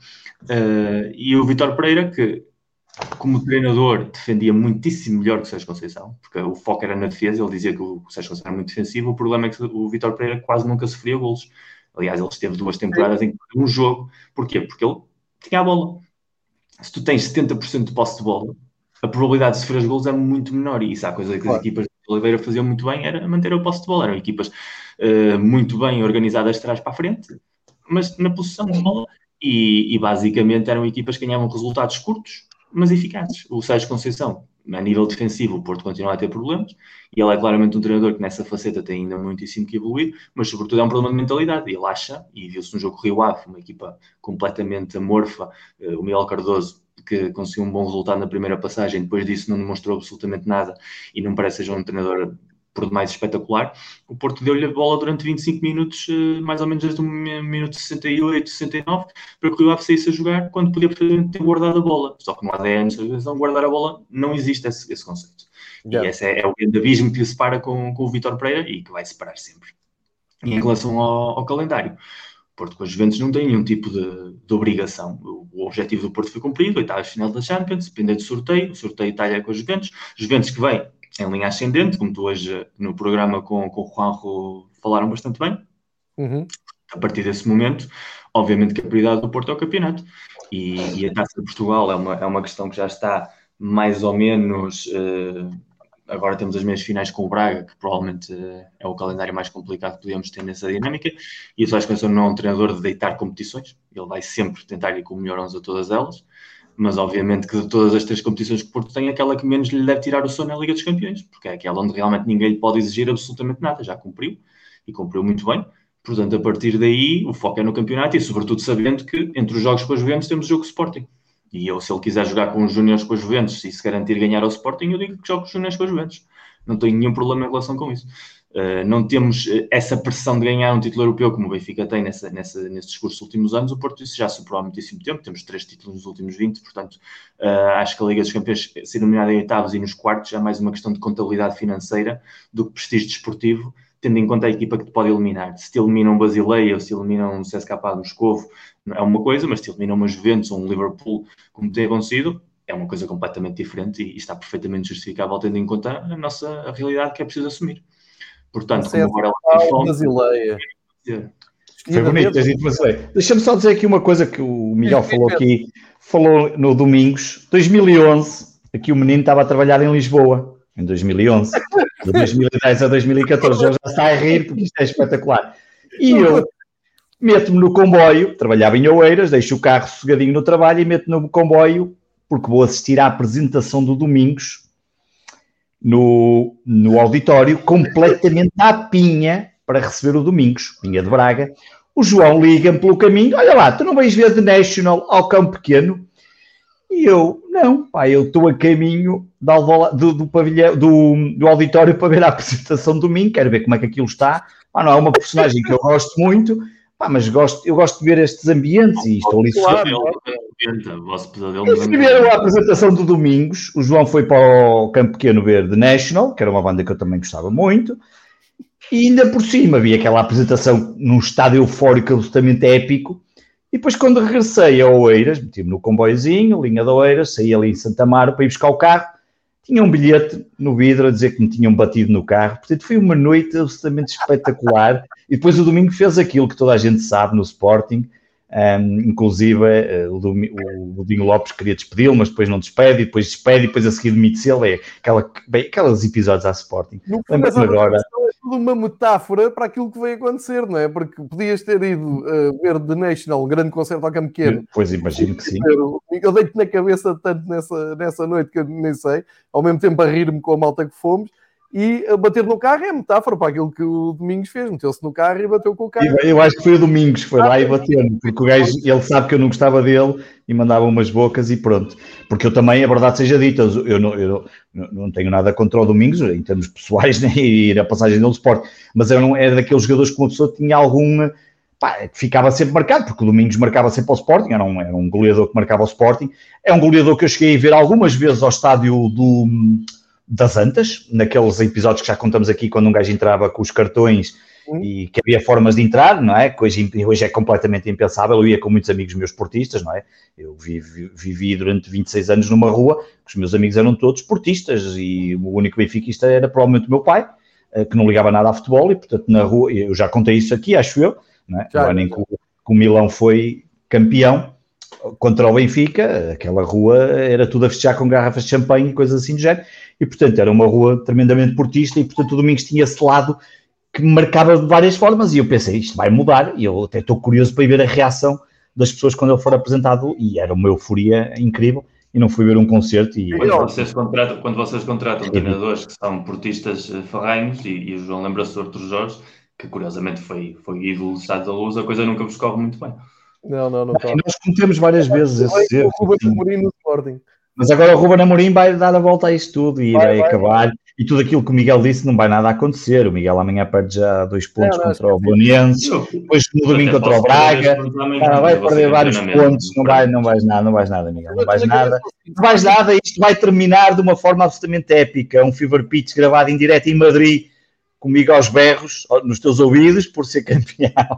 Uh, e o Vítor Pereira, que como treinador defendia muitíssimo melhor que o Sérgio Conceição, porque o foco era na defesa, ele dizia que o Sérgio Conceição era muito defensivo. O problema é que o Vítor Pereira quase nunca sofria golos. Aliás, ele esteve duas temporadas em um jogo. Porquê? Porque ele tinha a bola. Se tu tens setenta por cento de posse de bola, a probabilidade de sofrer golos é muito menor, e isso é a coisa que claro. As equipas de Oliveira faziam muito bem, era manter a posse de bola. Eram equipas uh, muito bem organizadas de trás para a frente, mas na posição de bola, e, e basicamente eram equipas que ganhavam resultados curtos, mas eficazes. O Sérgio Conceição, a nível defensivo, o Porto continua a ter problemas, e ele é claramente um treinador que nessa faceta tem ainda muitíssimo que evoluir, mas sobretudo é um problema de mentalidade. Ele acha, e viu-se no jogo Rio Ave, uma equipa completamente amorfa, o Miguel Cardoso, que conseguiu um bom resultado na primeira passagem, depois disso não demonstrou absolutamente nada, e não parece ser um treinador por demais espetacular. O Porto deu-lhe a bola durante vinte e cinco minutos, mais ou menos desde o minuto sessenta e oito, sessenta e nove, para que o Rio Ave saísse a jogar quando podia ter guardado a bola. Só que no A D N, não guardar a bola, não existe esse, esse conceito. Yeah. E esse é, é o grande abismo que o separa com, com o Vítor Pereira e que vai separar sempre. E em relação ao, ao calendário, o Porto com os Juventus não tem nenhum tipo de, de obrigação. O, o objetivo do Porto foi cumprido, oitavas final da Champions, depende do sorteio, o sorteio Itália com os Juventus, Juventus que vem em linha ascendente, como tu hoje no programa com, com o Juanjo falaram bastante bem. Uhum. A partir desse momento, obviamente que a prioridade do Porto é o campeonato. E, e a Taça de Portugal é uma, é uma questão que já está mais ou menos... Uh, agora temos as meias finais com o Braga, que provavelmente uh, é o calendário mais complicado que podíamos ter nessa dinâmica, e o Sérgio Conceição não é um treinador de deitar competições, ele vai sempre tentar ir com o melhor onze a todas elas, mas obviamente que de todas as três competições que o Porto tem, aquela que menos lhe deve tirar o sono é a Liga dos Campeões, porque é aquela onde realmente ninguém lhe pode exigir absolutamente nada, já cumpriu, e cumpriu muito bem. Portanto, a partir daí, o foco é no campeonato e, sobretudo, sabendo que entre os jogos com a Juventus temos o jogo Sporting. E eu, se ele quiser jogar com os Júniores com a Juventus e se garantir ganhar ao Sporting, eu digo que jogo com os Júniores com a Juventus. Não tenho nenhum problema em relação com isso. Uh, não temos uh, essa pressão de ganhar um título europeu como o Benfica tem nessa, nessa, nesse discurso dos últimos anos. O Porto isso já superou há muitíssimo tempo. Temos três títulos nos últimos vinte, portanto, uh, acho que a Liga dos Campeões ser nomeada em oitavos e nos quartos é mais uma questão de contabilidade financeira do que prestígio desportivo, tendo em conta a equipa que te pode eliminar. Se te elimina um Basileia ou se elimina um C S K A de Moscovo, é uma coisa, mas se te elimina uma Juventus ou um Liverpool, como tem acontecido, é uma coisa completamente diferente e, e está perfeitamente justificável, tendo em conta a nossa a realidade que é preciso assumir. Portanto, como agora ela tem fome... Basileia. Foi bonito, tens dito Basileia. Deixa-me só dizer aqui uma coisa que o Miguel falou aqui, falou no Domingos, dois mil e onze, aqui o menino estava a trabalhar em Lisboa, em dois mil e onze. De dois mil e dez a dois mil e catorze, já está a rir porque isto é espetacular. E eu meto-me no comboio, trabalhava em Oeiras, deixo o carro sossegadinho no trabalho e meto-me no comboio porque vou assistir à apresentação do Domingos no, no auditório, completamente à pinha para receber o Domingos, Pinha de Braga. O João liga-me pelo caminho, olha lá, tu não vais ver The National ao Campo Pequeno? E eu, não, pá, eu estou a caminho do, do, pavilhão, do, do auditório para ver a apresentação do domingo, quero ver como é que aquilo está. Pá, não é uma personagem que eu gosto muito, pá, mas gosto, eu gosto de ver estes ambientes e estou ali claro, Eles viram a apresentação do Domingos, o João foi para o Campo Pequeno ver The National, que era uma banda que eu também gostava muito, e ainda por cima havia aquela apresentação num estado eufórico absolutamente épico. E depois, quando regressei a Oeiras, meti-me no comboiozinho, linha de Oeiras, saí ali em Santa Amaro para ir buscar o carro, tinha um bilhete no vidro a dizer que me tinham batido no carro. Portanto, foi uma noite absolutamente espetacular. E depois o domingo fez aquilo que toda a gente sabe no Sporting. Um, inclusive, uh, o, Domingo, o Godinho Lopes queria despedi-lo, mas depois não despede, e depois despede, e depois a seguir demite-se ele. É aquela, bem, aqueles episódios à Sporting. Lembra-me agora... É tudo uma metáfora para aquilo que veio acontecer, não é? Porque podias ter ido uh, ver The National, um grande concerto ao Campo Pequeno. Pois imagino que sim. Eu deito na cabeça tanto nessa, nessa noite que eu nem sei, ao mesmo tempo a rir-me com a malta que fomos, e a bater no carro é metáfora para aquilo que o Domingos fez, meteu-se no carro e bateu com o carro. Eu acho que foi o Domingos que foi ah, lá e bateu, porque o gajo, ele sabe que eu não gostava dele e mandava umas bocas e pronto. Porque eu também, a verdade seja dita, eu não, eu não, não tenho nada contra o Domingos, em termos pessoais, nem ir a passagem dele do Sporting, mas eu não era daqueles jogadores que uma pessoa tinha algum... Pá, que ficava sempre marcado, porque o Domingos marcava sempre ao Sporting, era um, era um goleador que marcava ao Sporting, é um goleador que eu cheguei a ver algumas vezes ao estádio do... das Antas, naqueles episódios que já contamos aqui, quando um gajo entrava com os cartões uhum. e que havia formas de entrar, não é? Que hoje, hoje é completamente impensável. Eu ia com muitos amigos meus portistas, não é? Eu vivi, vivi durante vinte e seis anos numa rua, que os meus amigos eram todos portistas e o único benfiquista era provavelmente o meu pai, que não ligava nada a futebol e, portanto, na rua, eu já contei isso aqui, acho eu, não é? Já, nem que o, que o Milão foi campeão contra o Benfica, aquela rua era tudo a festejar com garrafas de champanhe e coisas assim do género. E, portanto, era uma rua tremendamente portista e, portanto, o Domingos tinha esse lado que me marcava de várias formas e eu pensei, isto vai mudar e eu até estou curioso para ir ver a reação das pessoas quando ele for apresentado e era uma euforia incrível e não fui ver um concerto e... Quando vocês contratam, quando vocês contratam treinadores que são portistas ferranhos e, e o João lembra-se do Artur Jorge, que curiosamente foi, foi ídolo do Estado da Luz, a coisa nunca vos corre muito bem. Não, não, não. não nós cometemos várias vezes esse erro. O Ruben Amorim no Sporting. Mas agora o Ruben Amorim vai dar a volta a isto tudo e vai, vai, vai acabar. Vai. E tudo aquilo que o Miguel disse não vai nada acontecer. O Miguel amanhã perde já dois pontos não, não, contra o Bolonenses, depois no domingo contra o Braga. Cara, vai perder vários pontos. Não, vai, não vais nada, não vais nada, Miguel. Não vais nada. Não vais nada. Isto vai terminar de uma forma absolutamente épica. Um fever pitch gravado em direto em Madrid, comigo aos berros, nos teus ouvidos, por ser campeão.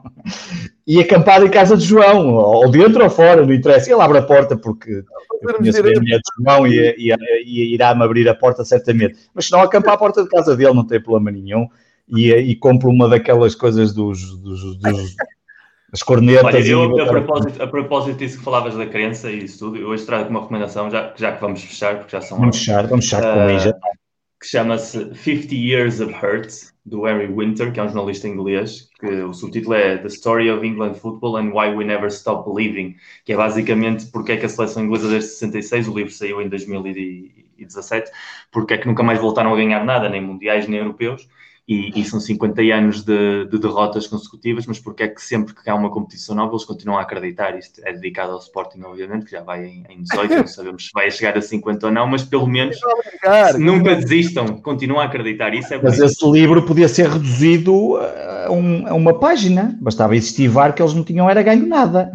E acampado em casa de João, ou dentro ou fora, não interessa. Ele abre a porta porque eu conheço bem a mulher de João e, e, e irá-me abrir a porta certamente. Mas se não acampar à porta de casa dele, não tem problema nenhum. E, e compro uma daquelas coisas dos, dos, dos, as cornetas. Olha, eu, e... a, propósito, a propósito disso que falavas da crença e isso tudo, eu hoje trago uma recomendação, já, já que vamos fechar, porque já são Vamos fechar, vamos fechar uh, com aí já. Que chama-se fifty years of Hurt, do Harry Winter, que é um jornalista inglês, que o subtítulo é The Story of England Football and Why We Never Stop Believing, que é basicamente porque é que a seleção inglesa desde sessenta e seis, o livro saiu em dois mil e dezassete, porque é que nunca mais voltaram a ganhar nada, nem mundiais, nem europeus, e, e são cinquenta anos de, de derrotas consecutivas, mas porque é que sempre que há uma competição nova eles continuam a acreditar. Isto é dedicado ao Sporting, obviamente, que já vai em, em dezoito, não sabemos se vai chegar a cinquenta ou não, mas pelo menos se nunca desistam, continuam a acreditar. Isso é mas esse livro podia ser reduzido a, um, a uma página, bastava incentivar que eles não tinham era ganho nada.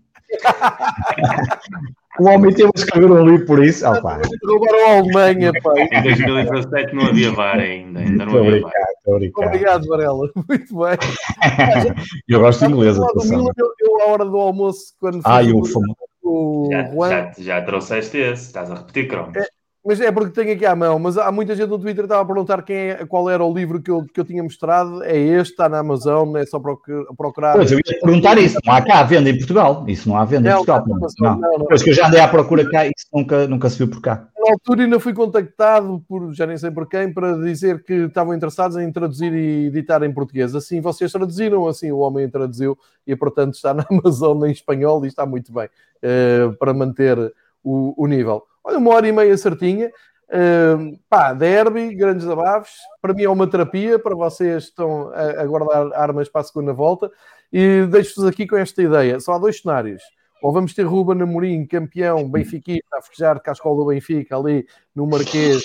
O homem teve a escrever um livro por isso. Oh, pá. Roubaram a Alemanha, pá. Em dois mil e dezassete não havia V A R ainda. ainda não havia V A R. Obrigado, Varela. Muito bem. Eu gosto de inglês. Eu, eu, à hora do almoço, quando ah, eu famo. O já, já, já trouxeste esse. Estás a repetir, Cromos. É, mas é porque tenho aqui à mão. Mas há muita gente no Twitter que estava a perguntar quem é, qual era o livro que eu, que eu tinha mostrado. É este, está na Amazon, é só procurar. Pois, eu ia perguntar isso. Não há cá à venda em Portugal. Isso não há venda não, em Portugal. Não, não, não. não. Pois que eu já andei à procura cá e isso nunca, nunca se viu por cá. Na altura ainda fui contactado, por já nem sei por quem, para dizer que estavam interessados em traduzir e editar em português. Assim vocês traduziram, assim o homem traduziu e, portanto, está na Amazon em espanhol e está muito bem uh, para manter o, o nível. Olha, uma hora e meia certinha. Uh, pá, derby, grandes abafos. Para mim é uma terapia, para vocês estão a, a guardar armas para a segunda volta. E deixo-vos aqui com esta ideia. Só há dois cenários. Ou vamos ter Ruben Amorim, campeão benfiquista, a festejar com a escola do Benfica, ali no Marquês,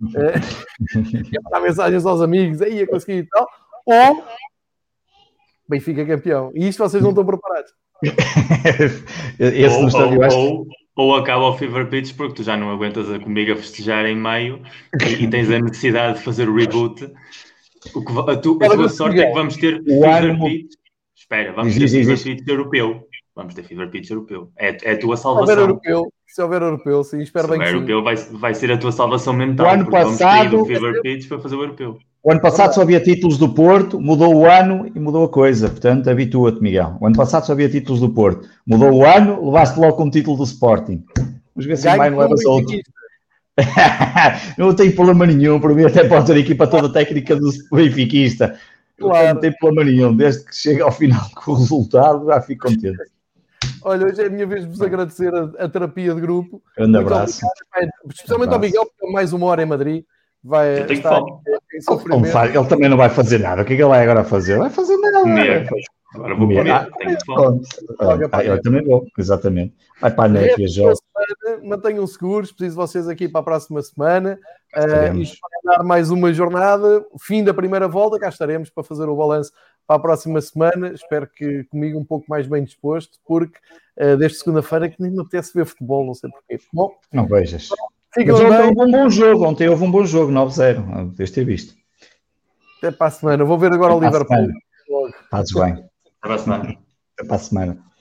e a mandar mensagens aos amigos, aí a conseguir e tal. Ou Benfica campeão. E isto vocês não estão preparados. Esse ou, não está ou, ou, ou acaba o Fever Pitch porque tu já não aguentas a comigo a festejar em maio e, e tens a necessidade de fazer o reboot. O que, a, tu, a tua sorte é que vamos ter o Fever ano... Pitch. Espera, vamos ter Fever Pitch europeu. Vamos ter Fever Pitch europeu. É, é a tua salvação. Se houver europeu, se houver europeu, sim, espero bem que sim. europeu vai, vai ser a tua salvação mental. O ano passado, vamos ter o Fever Pitch para fazer o europeu. O ano passado só havia títulos do Porto, mudou o ano e mudou a coisa. Portanto, habitua-te, Miguel. O ano passado só havia títulos do Porto. Mudou o ano, levaste logo com o título do Sporting. Vamos ver se vai não levas outro. Não tenho problema nenhum. Para mim até pode ter a equipa toda técnica do benfiquista. Claro. Não tem problema nenhum. Desde que chega ao final com o resultado, já fico contente. Olha, hoje é a minha vez de vos agradecer a, a terapia de grupo. Grande abraço. Obrigado, especialmente ao Miguel, porque é mais uma hora em Madrid. Vai Eu tenho estar fome. em sofrimento. Ele também não vai fazer nada. O que é que ele vai agora fazer? Vai fazer nada. Comer. Agora vou comer. Ah, tenho fome. Ah, eu também vou, exatamente. Vai para a net e a jogo. Mantenham seguros, preciso de vocês aqui para a próxima semana. Uh, e para dar mais uma jornada, fim da primeira volta, cá estaremos para fazer o balanço para a próxima semana. Espero que comigo um pouco mais bem disposto, porque uh, desde segunda-feira que nem me apetece ver futebol, não sei porquê. Bom, não vejas. Mas ontem houve um bom jogo, ontem houve um bom jogo, nove zero, deves ter visto. Até para a semana, vou ver agora Até o Liverpool. Fazes bem. Até para a semana. Até para a semana.